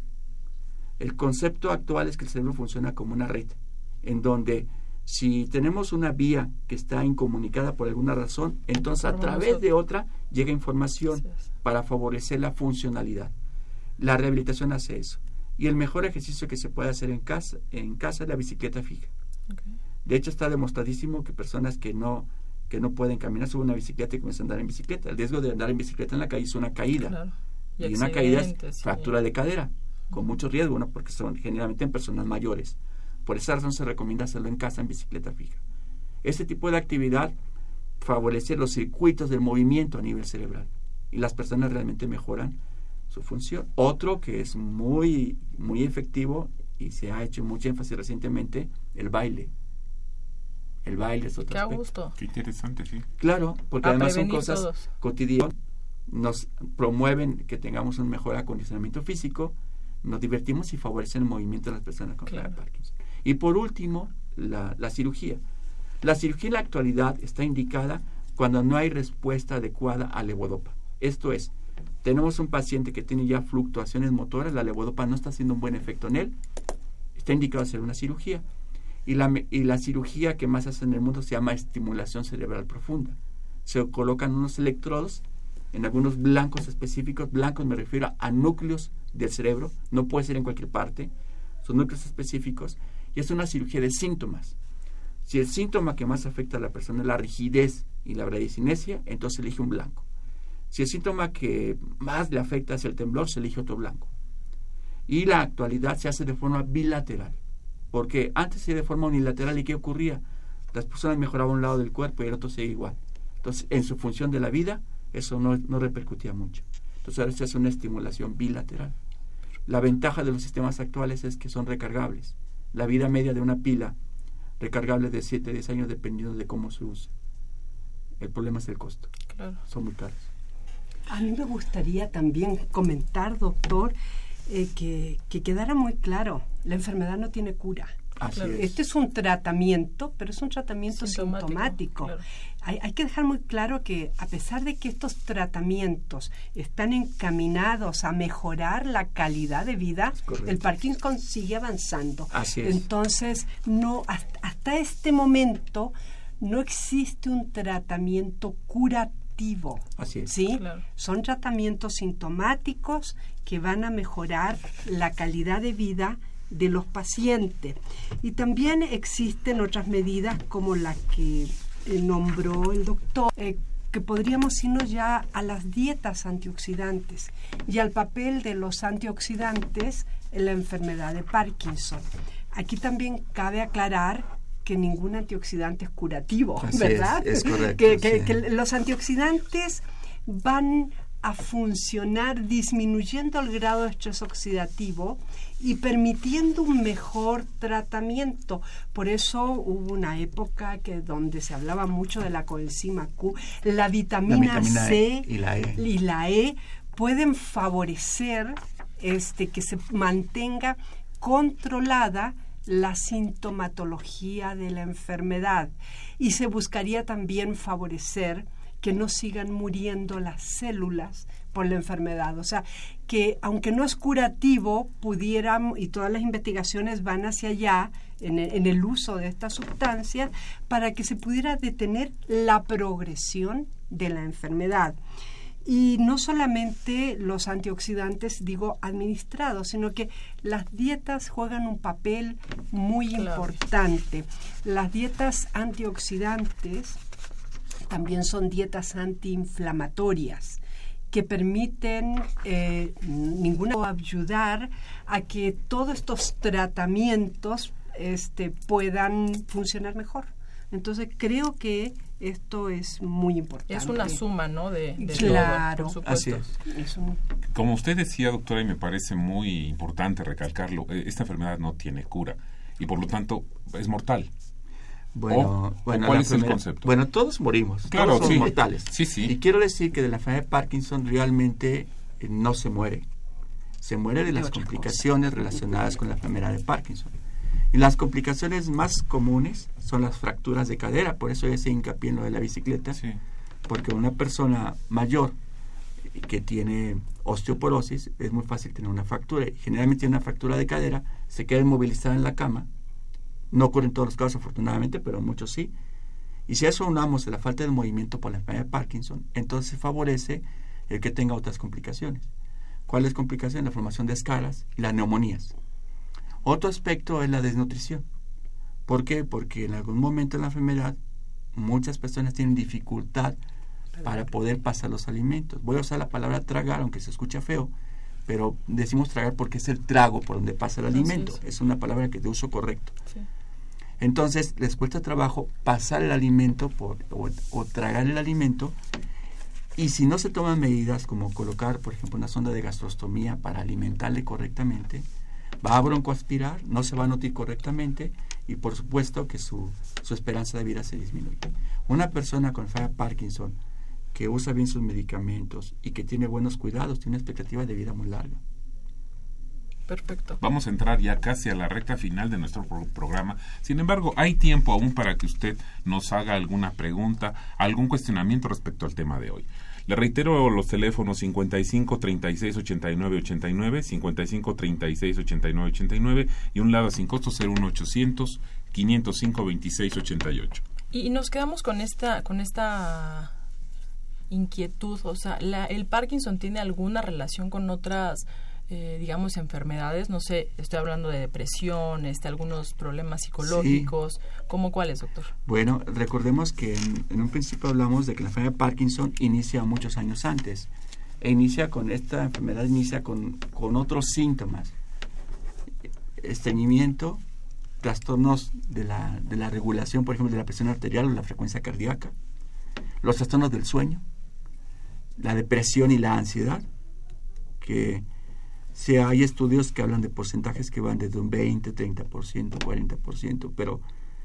El concepto actual es que el cerebro funciona como una red, en donde si tenemos una vía que está incomunicada por alguna razón, entonces a través de otra llega información para favorecer la funcionalidad. La rehabilitación hace eso. Y el mejor ejercicio que se puede hacer en casa es la bicicleta fija. Okay. De hecho, está demostradísimo que personas que no pueden caminar suben una bicicleta y comienzan a andar en bicicleta. El riesgo de andar en bicicleta en la calle es una caída. Claro. Y una caída es fractura de cadera, con mucho riesgo, ¿no? Porque son generalmente en personas mayores. Por esa razón se recomienda hacerlo en casa en bicicleta fija. Este tipo de actividad favorece los circuitos del movimiento a nivel cerebral y las personas realmente mejoran su función. Otro que es muy, muy efectivo y se ha hecho mucho énfasis recientemente, el baile. El baile es otro aspecto. Qué gusto. Qué interesante, sí. Claro, porque además son cosas todos. cotidianas, nos promueven que tengamos un mejor acondicionamiento físico, nos divertimos y favorecen el movimiento de las personas con Claro. Parkinson. Y por último, la cirugía. La cirugía en la actualidad está indicada cuando no hay respuesta adecuada a levodopa. Esto es, tenemos un paciente que tiene ya fluctuaciones motoras, la levodopa no está haciendo un buen efecto en él, está indicado hacer una cirugía. Y la cirugía que más hace en el mundo se llama estimulación cerebral profunda. Se colocan unos electrodos en algunos blancos específicos. Blancos me refiero a núcleos del cerebro, no puede ser en cualquier parte, son núcleos específicos, y es una cirugía de síntomas. Si el síntoma que más afecta a la persona es la rigidez y la bradicinesia, entonces elige un blanco. Si el síntoma que más le afecta es el temblor, se elige otro blanco. Y la actualidad se hace de forma bilateral, porque antes se hacía de forma unilateral. ¿Y qué ocurría? Las personas mejoraban un lado del cuerpo y el otro seguía igual. Entonces, en su función de la vida, eso no repercutía mucho. Entonces, ahora se hace una estimulación bilateral. La ventaja de los sistemas actuales es que son recargables. La vida media de una pila recargable es de 7 a 10 años dependiendo de cómo se usa. El problema es el costo. Claro. Son muy caros. A mí me gustaría también comentar, doctor, que quedara muy claro, la enfermedad no tiene cura. Así es. Este es un tratamiento, pero es un tratamiento sintomático. Claro. Hay que dejar muy claro que a pesar de que estos tratamientos están encaminados a mejorar la calidad de vida, el Parkinson sigue avanzando. Así es. Entonces, no, hasta este momento no existe un tratamiento curativo. Así es. ¿Sí? Claro. Son tratamientos sintomáticos que van a mejorar la calidad de vida de los pacientes. Y también existen otras medidas como la que nombró el doctor, que podríamos irnos ya a las dietas antioxidantes y al papel de los antioxidantes en la enfermedad de Parkinson. Aquí también cabe aclarar que ningún antioxidante es curativo, Así ¿verdad? Es correcto. Que los antioxidantes van a funcionar disminuyendo el grado de estrés oxidativo y permitiendo un mejor tratamiento. Por eso hubo una época donde se hablaba mucho de la coenzima Q, la vitamina C y la E pueden favorecer que se mantenga controlada la sintomatología de la enfermedad, y se buscaría también favorecer que no sigan muriendo las células por la enfermedad. O sea, que aunque no es curativo, pudieran, y todas las investigaciones van hacia allá, en el uso de estas sustancias, para que se pudiera detener la progresión de la enfermedad. Y no solamente los antioxidantes, administrados, sino que las dietas juegan un papel muy importante. Las dietas antioxidantes también son dietas antiinflamatorias que permiten ayudar a que todos estos tratamientos puedan funcionar mejor. Entonces creo que esto es muy importante. Es una suma, ¿no? De claro, todo, por supuesto. Así es. Como usted decía, doctora, y me parece muy importante recalcarlo, esta enfermedad no tiene cura y por lo tanto es mortal. Bueno, ¿cuál es el concepto? Bueno, todos morimos, claro, todos somos mortales. Sí, sí. Y quiero decir que de la enfermedad de Parkinson realmente no se muere. Se muere de las complicaciones relacionadas con la enfermedad de Parkinson. Y las complicaciones más comunes son las fracturas de cadera, por eso ese hincapié en lo de la bicicleta, sí. Porque una persona mayor que tiene osteoporosis es muy fácil tener una fractura. Y generalmente tiene una fractura de cadera, se queda inmovilizada en la cama. No ocurre en todos los casos, afortunadamente, pero muchos sí. Y si a eso unamos la falta de movimiento por la enfermedad de Parkinson, entonces favorece el que tenga otras complicaciones. ¿Cuáles complicaciones? La formación de escaras y las neumonías. Otro aspecto es la desnutrición. ¿Por qué? Porque en algún momento de la enfermedad muchas personas tienen dificultad para poder pasar los alimentos. Voy a usar la palabra tragar, aunque se escucha feo, pero decimos tragar porque es el trago por donde pasa el alimento. Sí. Es una palabra que de uso correcto. Sí. Entonces les cuesta trabajo pasar el alimento o tragar el alimento, y si no se toman medidas como colocar, por ejemplo, una sonda de gastrostomía para alimentarle correctamente, va a broncoaspirar, no se va a nutrir correctamente y por supuesto que su esperanza de vida se disminuye. Una persona con enfermedad de Parkinson que usa bien sus medicamentos y que tiene buenos cuidados tiene una expectativa de vida muy larga. Perfecto. Vamos a entrar ya casi a la recta final de nuestro programa. Sin embargo, hay tiempo aún para que usted nos haga alguna pregunta, algún cuestionamiento respecto al tema de hoy. Le reitero los teléfonos 55 36 89 89, 55 36 89 89 y un lado sin costo 01800 505 26 88. Y nos quedamos con esta inquietud, o sea, ¿el Parkinson tiene alguna relación con otras, digamos, enfermedades? No sé, estoy hablando de depresión, algunos problemas psicológicos. Sí. ¿Cómo cuáles, doctor? Bueno, recordemos que en un principio hablamos de que la enfermedad de Parkinson inicia muchos años antes. Esta enfermedad inicia con otros síntomas. Estreñimiento, trastornos de la regulación, por ejemplo, de la presión arterial o la frecuencia cardíaca, los trastornos del sueño, la depresión y la ansiedad, que hay estudios que hablan de porcentajes que van desde un 20, 30%, 40%, pero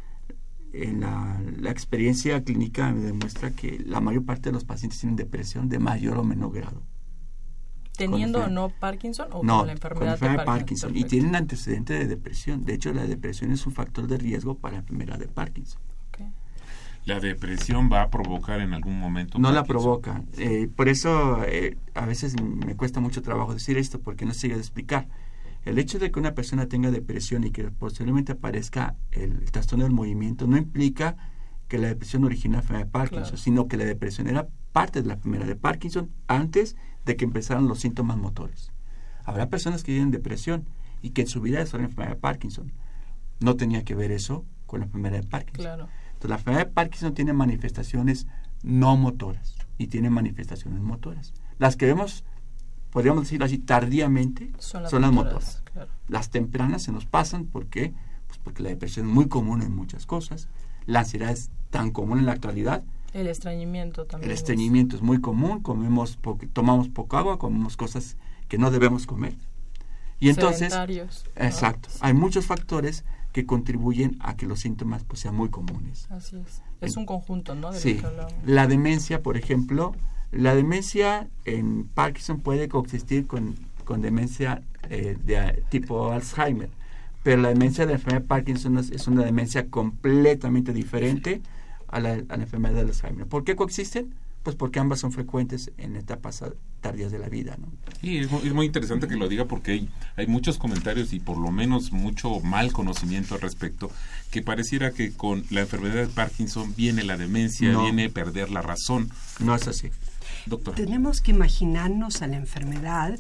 en la experiencia clínica me demuestra que la mayor parte de los pacientes tienen depresión de mayor o menor grado. ¿Teniendo o no Parkinson o no, con la enfermedad de Parkinson? Y tienen antecedente de depresión. De hecho, la depresión es un factor de riesgo para la enfermedad de Parkinson. Okay. ¿La depresión va a provocar en algún momento No Parkinson? La provoca. Por eso a veces me cuesta mucho trabajo decir esto, porque no se llega a explicar. El hecho de que una persona tenga depresión y que posteriormente aparezca el trastorno del movimiento no implica que la depresión origina la enfermedad de Parkinson, claro, sino que la depresión era parte de la enfermedad de Parkinson antes de que empezaran los síntomas motores. Habrá personas que tienen depresión y que en su vida desarrollan la enfermedad de Parkinson. No tenía que ver eso con la enfermedad de Parkinson. Claro. Entonces, la enfermedad de Parkinson tiene manifestaciones no motoras y tiene manifestaciones motoras. Las que vemos, podríamos decirlo así, tardíamente, son las motoras. Claro. Las tempranas se nos pasan porque la depresión es muy común en muchas cosas. La ansiedad es tan común en la actualidad. El estreñimiento también. El estreñimiento es muy común, tomamos poca agua, comemos cosas que no debemos comer. Y entonces, sedentarios, exacto, hay muchos factores que contribuyen a que los síntomas sean muy comunes. Así es. Es un conjunto, ¿no? Sí. La demencia, por ejemplo, la demencia en Parkinson puede coexistir con demencia de tipo Alzheimer, pero la demencia de la enfermedad de Parkinson es una demencia completamente diferente a la enfermedad de Alzheimer. ¿Por qué coexisten? Pues porque ambas son frecuentes en etapas tardías de la vida, ¿no? Sí, es muy interesante que lo diga porque hay muchos comentarios y por lo menos mucho mal conocimiento al respecto, que pareciera que con la enfermedad de Parkinson viene la demencia, viene perder la razón. No es así. Doctor. Tenemos que imaginarnos a la enfermedad,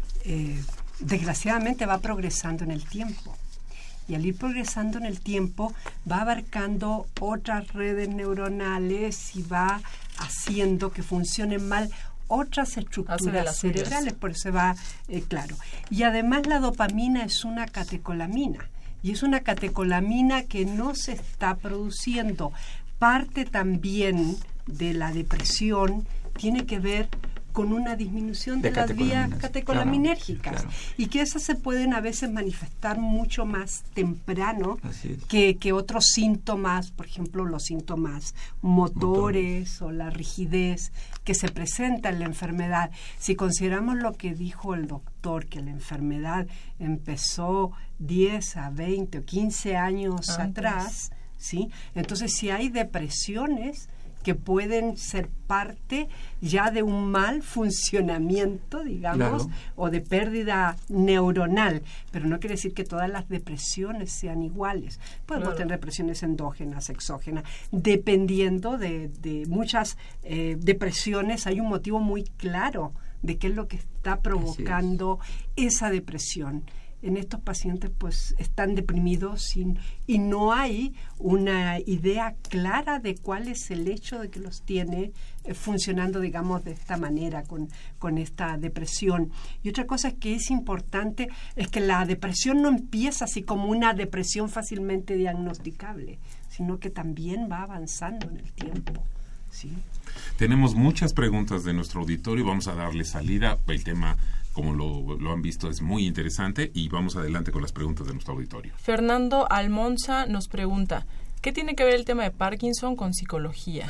desgraciadamente va progresando en el tiempo. Y al ir progresando en el tiempo va abarcando otras redes neuronales y va haciendo que funcionen mal otras estructuras cerebrales, por eso va claro. Y además la dopamina es una catecolamina, y es una catecolamina que no se está produciendo. Parte también de la depresión tiene que ver con una disminución de las vías catecolaminérgicas, claro. Y que esas se pueden a veces manifestar mucho más temprano que otros síntomas, por ejemplo los síntomas motores o la rigidez que se presenta en la enfermedad. Si consideramos lo que dijo el doctor, que la enfermedad empezó 10 a 20 o 15 años atrás, ¿sí? Entonces si hay depresiones que pueden ser parte ya de un mal funcionamiento, digamos, claro, o de pérdida neuronal, pero no quiere decir que todas las depresiones sean iguales. Podemos tener depresiones endógenas, exógenas, dependiendo de muchas depresiones. Hay un motivo muy claro de qué es lo que está provocando esa depresión. En estos pacientes pues están deprimidos y no hay una idea clara de cuál es el hecho de que los tiene funcionando, digamos, de esta manera, con esta depresión. Y otra cosa que es importante es que la depresión no empieza así como una depresión fácilmente diagnosticable, sino que también va avanzando en el tiempo, ¿sí? Tenemos muchas preguntas de nuestro auditorio, vamos a darle salida. El tema, como lo han visto, es muy interesante y vamos adelante con las preguntas de nuestro auditorio. Fernando Almonza nos pregunta, ¿qué tiene que ver el tema de Parkinson con psicología?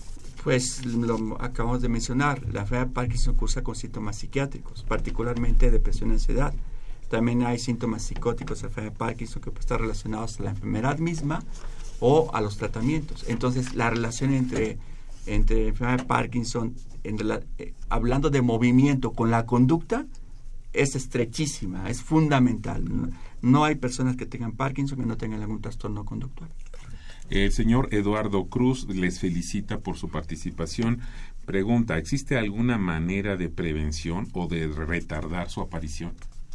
Pues lo acabamos de mencionar, la enfermedad de Parkinson cursa con síntomas psiquiátricos, particularmente depresión y ansiedad. También hay síntomas psicóticos de la enfermedad de Parkinson que pueden estar relacionados a la enfermedad misma o a los tratamientos. Entonces, la relación entre entre enfermedad de Parkinson, hablando de movimiento con la conducta, es estrechísima, es fundamental. No hay personas que tengan Parkinson que no tengan algún trastorno conductual. El señor Eduardo Cruz les felicita por su participación. Pregunta, ¿existe alguna manera de prevención o de retardar su aparición?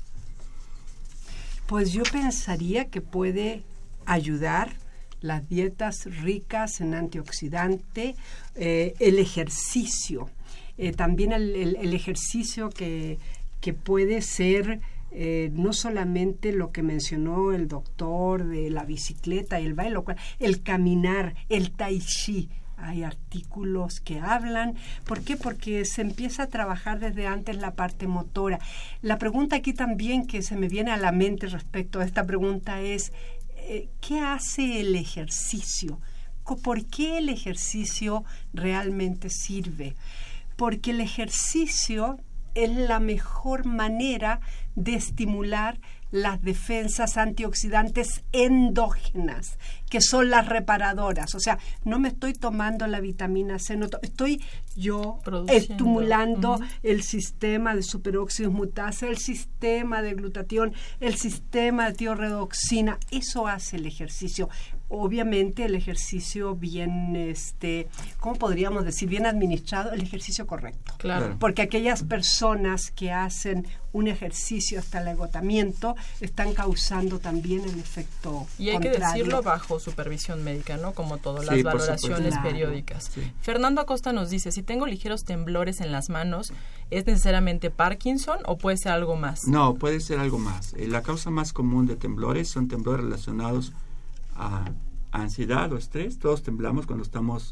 Pues yo pensaría que puede ayudar las dietas ricas en antioxidante, el ejercicio, también el ejercicio que puede ser no solamente lo que mencionó el doctor de la bicicleta y el baile, el caminar, el tai chi. Hay artículos que hablan. ¿Por qué? Porque se empieza a trabajar desde antes la parte motora. La pregunta aquí también que se me viene a la mente respecto a esta pregunta es, ¿qué hace el ejercicio? ¿Por qué el ejercicio realmente sirve? Porque el ejercicio es la mejor manera de estimular las defensas antioxidantes endógenas, que son las reparadoras. O sea, no me estoy tomando la vitamina C, no estoy yo estimulando el sistema de superóxidos mutasa, el sistema de glutatión, el sistema de tiorredoxina. Eso hace el ejercicio. Obviamente el ejercicio bien, ¿cómo podríamos decir? Bien administrado, el ejercicio correcto. Claro. Porque aquellas personas que hacen un ejercicio hasta el agotamiento están causando también el efecto y hay contrario. que decirlo bajo supervisión médica, ¿no? Como todo, las valoraciones periódicas. Sí. Fernando Acosta nos dice, si tengo ligeros temblores en las manos, ¿es necesariamente Parkinson o puede ser algo más? No, puede ser algo más. La causa más común de temblores son temblores relacionados a ansiedad o estrés. Todos temblamos cuando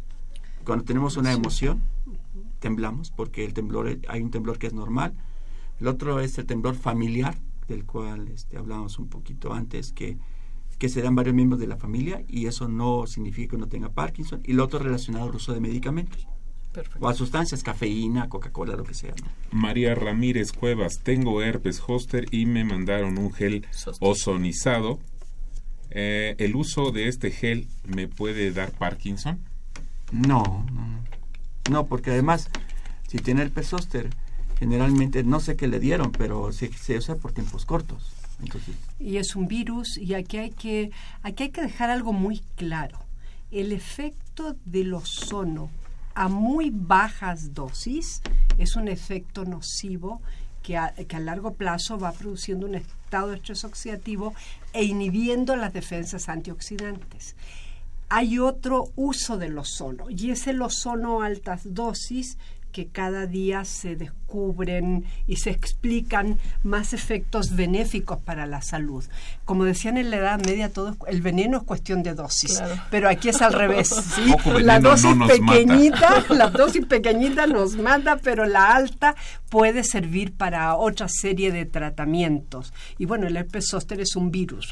tenemos una emoción, temblamos porque hay un temblor que es normal. El otro es el temblor familiar, del cual hablábamos un poquito antes, que se dan varios miembros de la familia y eso no significa que uno tenga Parkinson. Y el otro relacionado al uso de medicamentos. Perfecto. O a sustancias, cafeína, Coca-Cola, lo que sea, ¿no? María Ramírez Cuevas, tengo herpes zóster y me mandaron un gel ozonizado. ¿El uso de este gel me puede dar Parkinson? No, porque además, si tiene herpes zóster, generalmente, no sé qué le dieron, pero se usa por tiempos cortos. Entonces, y es un virus, y aquí hay que dejar algo muy claro. El efecto del ozono a muy bajas dosis es un efecto nocivo que a largo plazo va produciendo un estado de estrés oxidativo e inhibiendo las defensas antioxidantes. Hay otro uso del ozono, y es el ozono a altas dosis, que cada día se descubren y se explican más efectos benéficos para la salud. Como decían en la Edad Media, el veneno es cuestión de dosis, claro. Pero aquí es al revés. ¿Sí? La dosis pequeñita nos mata, pero la alta puede servir para otra serie de tratamientos. Y bueno, el herpes zóster es un virus,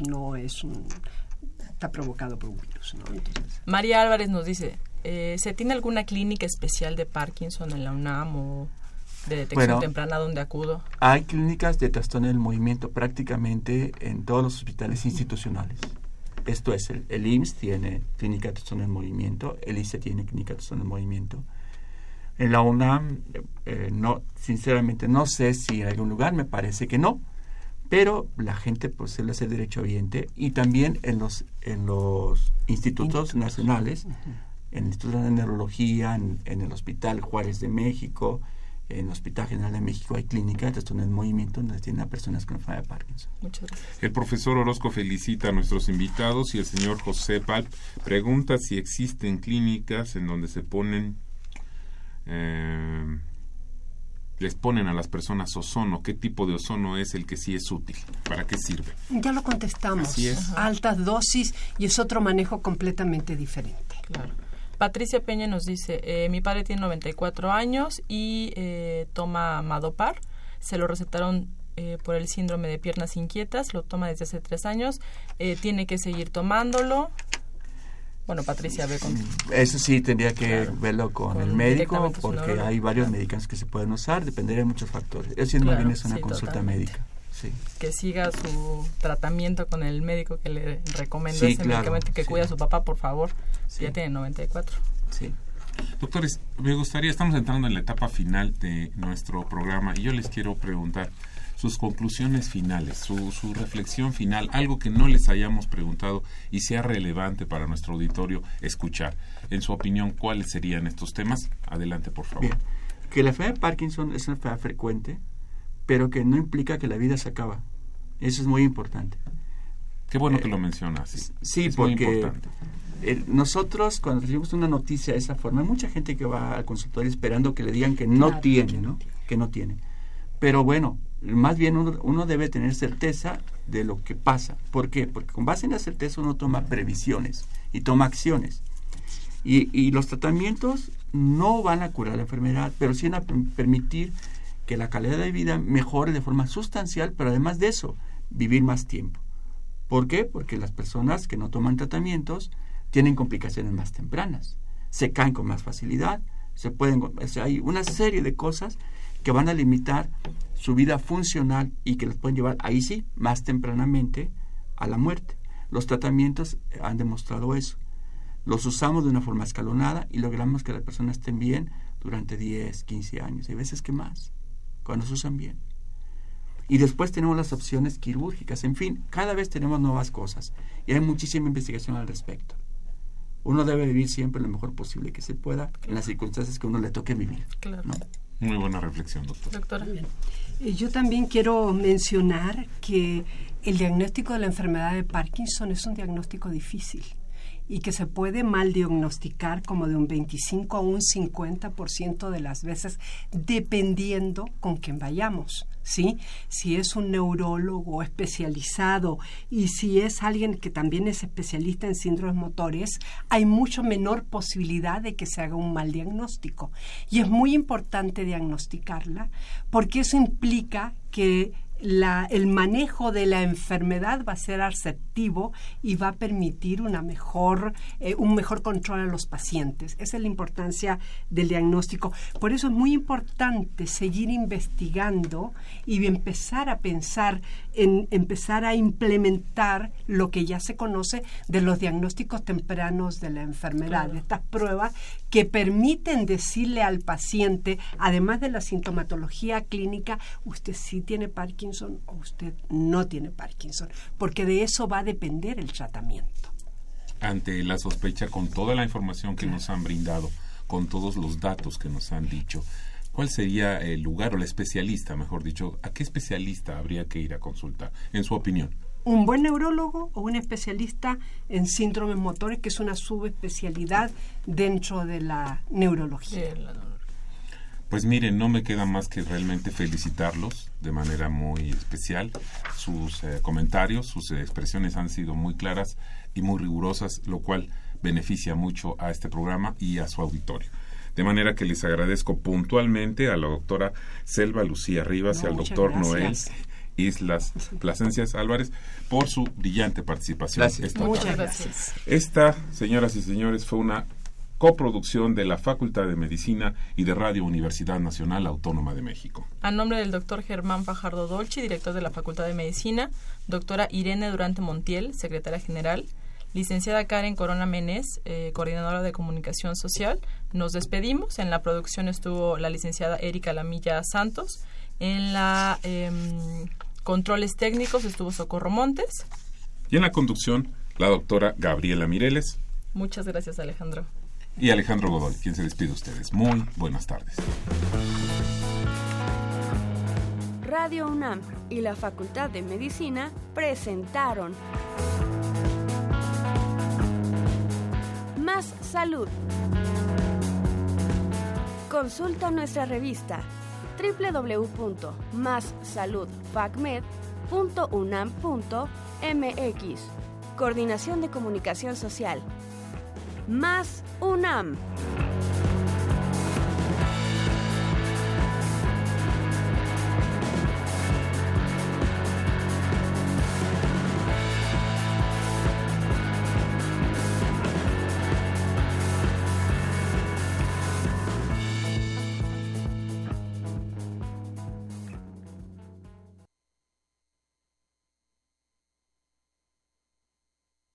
está provocado por un virus, ¿no? Entonces, María Álvarez nos dice, ¿se tiene alguna clínica especial de Parkinson en la UNAM o de detección temprana donde acudo? Hay clínicas de trastorno del movimiento prácticamente en todos los hospitales institucionales. Esto es, el IMSS tiene clínica de trastorno del movimiento, el ICE tiene clínica de trastorno del movimiento. En la UNAM, sinceramente no sé si en algún lugar, me parece que no, pero la gente pues suele hacer derechohabiente, y también en los institutos nacionales, en el Instituto de Neurología, en el Hospital Juárez de México, en el Hospital General de México hay clínica de trastorno del movimiento donde tienen a personas con enfermedad de Parkinson. Muchas gracias. El profesor Orozco felicita a nuestros invitados y el señor José Palp pregunta si existen clínicas en donde se ponen les ponen a las personas ozono. ¿Qué tipo de ozono es el que sí es útil? ¿Para qué sirve? ya lo contestamos. Así es. Altas dosis, y es otro manejo completamente diferente. Claro. Patricia Peña nos dice, mi padre tiene 94 años y toma Madopar. Se lo recetaron por el síndrome de piernas inquietas. Lo toma desde hace 3 años. Tiene que seguir tomándolo. Bueno, Patricia ve con... Eso sí, tendría que verlo con el médico, porque hay varios claro. medicamentos que se pueden usar, dependería de muchos factores. Eso sí, más bien es una consulta totalmente. médica. Sí. Que siga su tratamiento con el médico que le recomendó Sí, ese claro, medicamento, que sí. cuide a su papá, por favor. Sí. Ya tiene 94. Sí. Doctores, me gustaría, estamos entrando en la etapa final de nuestro programa y yo les quiero preguntar sus conclusiones finales, su reflexión final, algo que no les hayamos preguntado y sea relevante para nuestro auditorio escuchar. En su opinión, ¿cuáles serían estos temas? Adelante, por favor. Bien, que la enfermedad de Parkinson es una enfermedad frecuente, pero que no implica que la vida se acaba. Eso es muy importante. Qué bueno que lo mencionas. Sí, es porque muy importante. Nosotros cuando recibimos una noticia de esa forma, hay mucha gente que va al consultorio esperando que le digan que no tiene, ¿no? Que no tiene. Pero bueno, más bien uno debe tener certeza de lo que pasa. ¿Por qué? Porque con base en la certeza uno toma previsiones y toma acciones. Y los tratamientos no van a curar la enfermedad, pero sí van a permitir que la calidad de vida mejore de forma sustancial, pero además de eso, vivir más tiempo. ¿Por qué? Porque las personas que no toman tratamientos tienen complicaciones más tempranas, se caen con más facilidad, hay una serie de cosas que van a limitar su vida funcional y que les pueden llevar, ahí sí, más tempranamente a la muerte. Los tratamientos han demostrado eso. Los usamos de una forma escalonada y logramos que las personas estén bien durante 10, 15 años, hay veces que más, cuando se usan bien. Y después tenemos las opciones quirúrgicas. En fin, cada vez tenemos nuevas cosas y hay muchísima investigación al respecto. Uno debe vivir siempre lo mejor posible que se pueda en las circunstancias que uno le toque vivir. Claro. ¿No? Muy buena reflexión, doctor. Doctora. Bien. Yo también quiero mencionar que el diagnóstico de la enfermedad de Parkinson es un diagnóstico difícil y que se puede mal diagnosticar como de un 25 a un 50% de las veces, dependiendo con quién vayamos, ¿sí? Si es un neurólogo especializado y si es alguien que también es especialista en síndromes motores, hay mucho menor posibilidad de que se haga un mal diagnóstico. Y es muy importante diagnosticarla porque eso implica que el manejo de la enfermedad va a ser asertivo y va a permitir un mejor control a los pacientes. Esa es la importancia del diagnóstico. Por eso es muy importante seguir investigando y empezar a pensar en empezar a implementar lo que ya se conoce de los diagnósticos tempranos de la enfermedad, de estas pruebas que permiten decirle al paciente, además de la sintomatología clínica, usted sí tiene Parkinson o usted no tiene Parkinson, porque de eso va a depender el tratamiento. Ante la sospecha, con toda la información que nos han brindado, con todos los datos que nos han dicho, ¿cuál sería el lugar o el especialista, mejor dicho? ¿A qué especialista habría que ir a consultar, en su opinión? Un buen neurólogo o un especialista en síndromes motores, que es una subespecialidad dentro de la neurología. Pues miren, no me queda más que realmente felicitarlos de manera muy especial. Sus comentarios, sus expresiones han sido muy claras y muy rigurosas, lo cual beneficia mucho a este programa y a su auditorio. De manera que les agradezco puntualmente a la doctora Selva Lucía Rivas y al doctor Noel Islas Plasencias Álvarez por su brillante participación. Muchas gracias. Esta, señoras y señores, fue una coproducción de la Facultad de Medicina y de Radio Universidad Nacional Autónoma de México. A nombre del doctor Germán Fajardo Dolci, director de la Facultad de Medicina, doctora Irene Durante Montiel, secretaria general, licenciada Karen Corona Menés, coordinadora de comunicación social, nos despedimos. En la producción estuvo la licenciada Erika Lamilla Santos. En la controles técnicos estuvo Socorro Montes. Y en la conducción, la doctora Gabriela Mireles. Muchas gracias, Alejandro. Y Alejandro Godoy, quien se despide de ustedes. Muy buenas tardes. Radio UNAM y la Facultad de Medicina presentaron Más Salud. Consulta nuestra revista www.massaludfacmed.unam.mx. Coordinación de Comunicación Social. Más UNAM.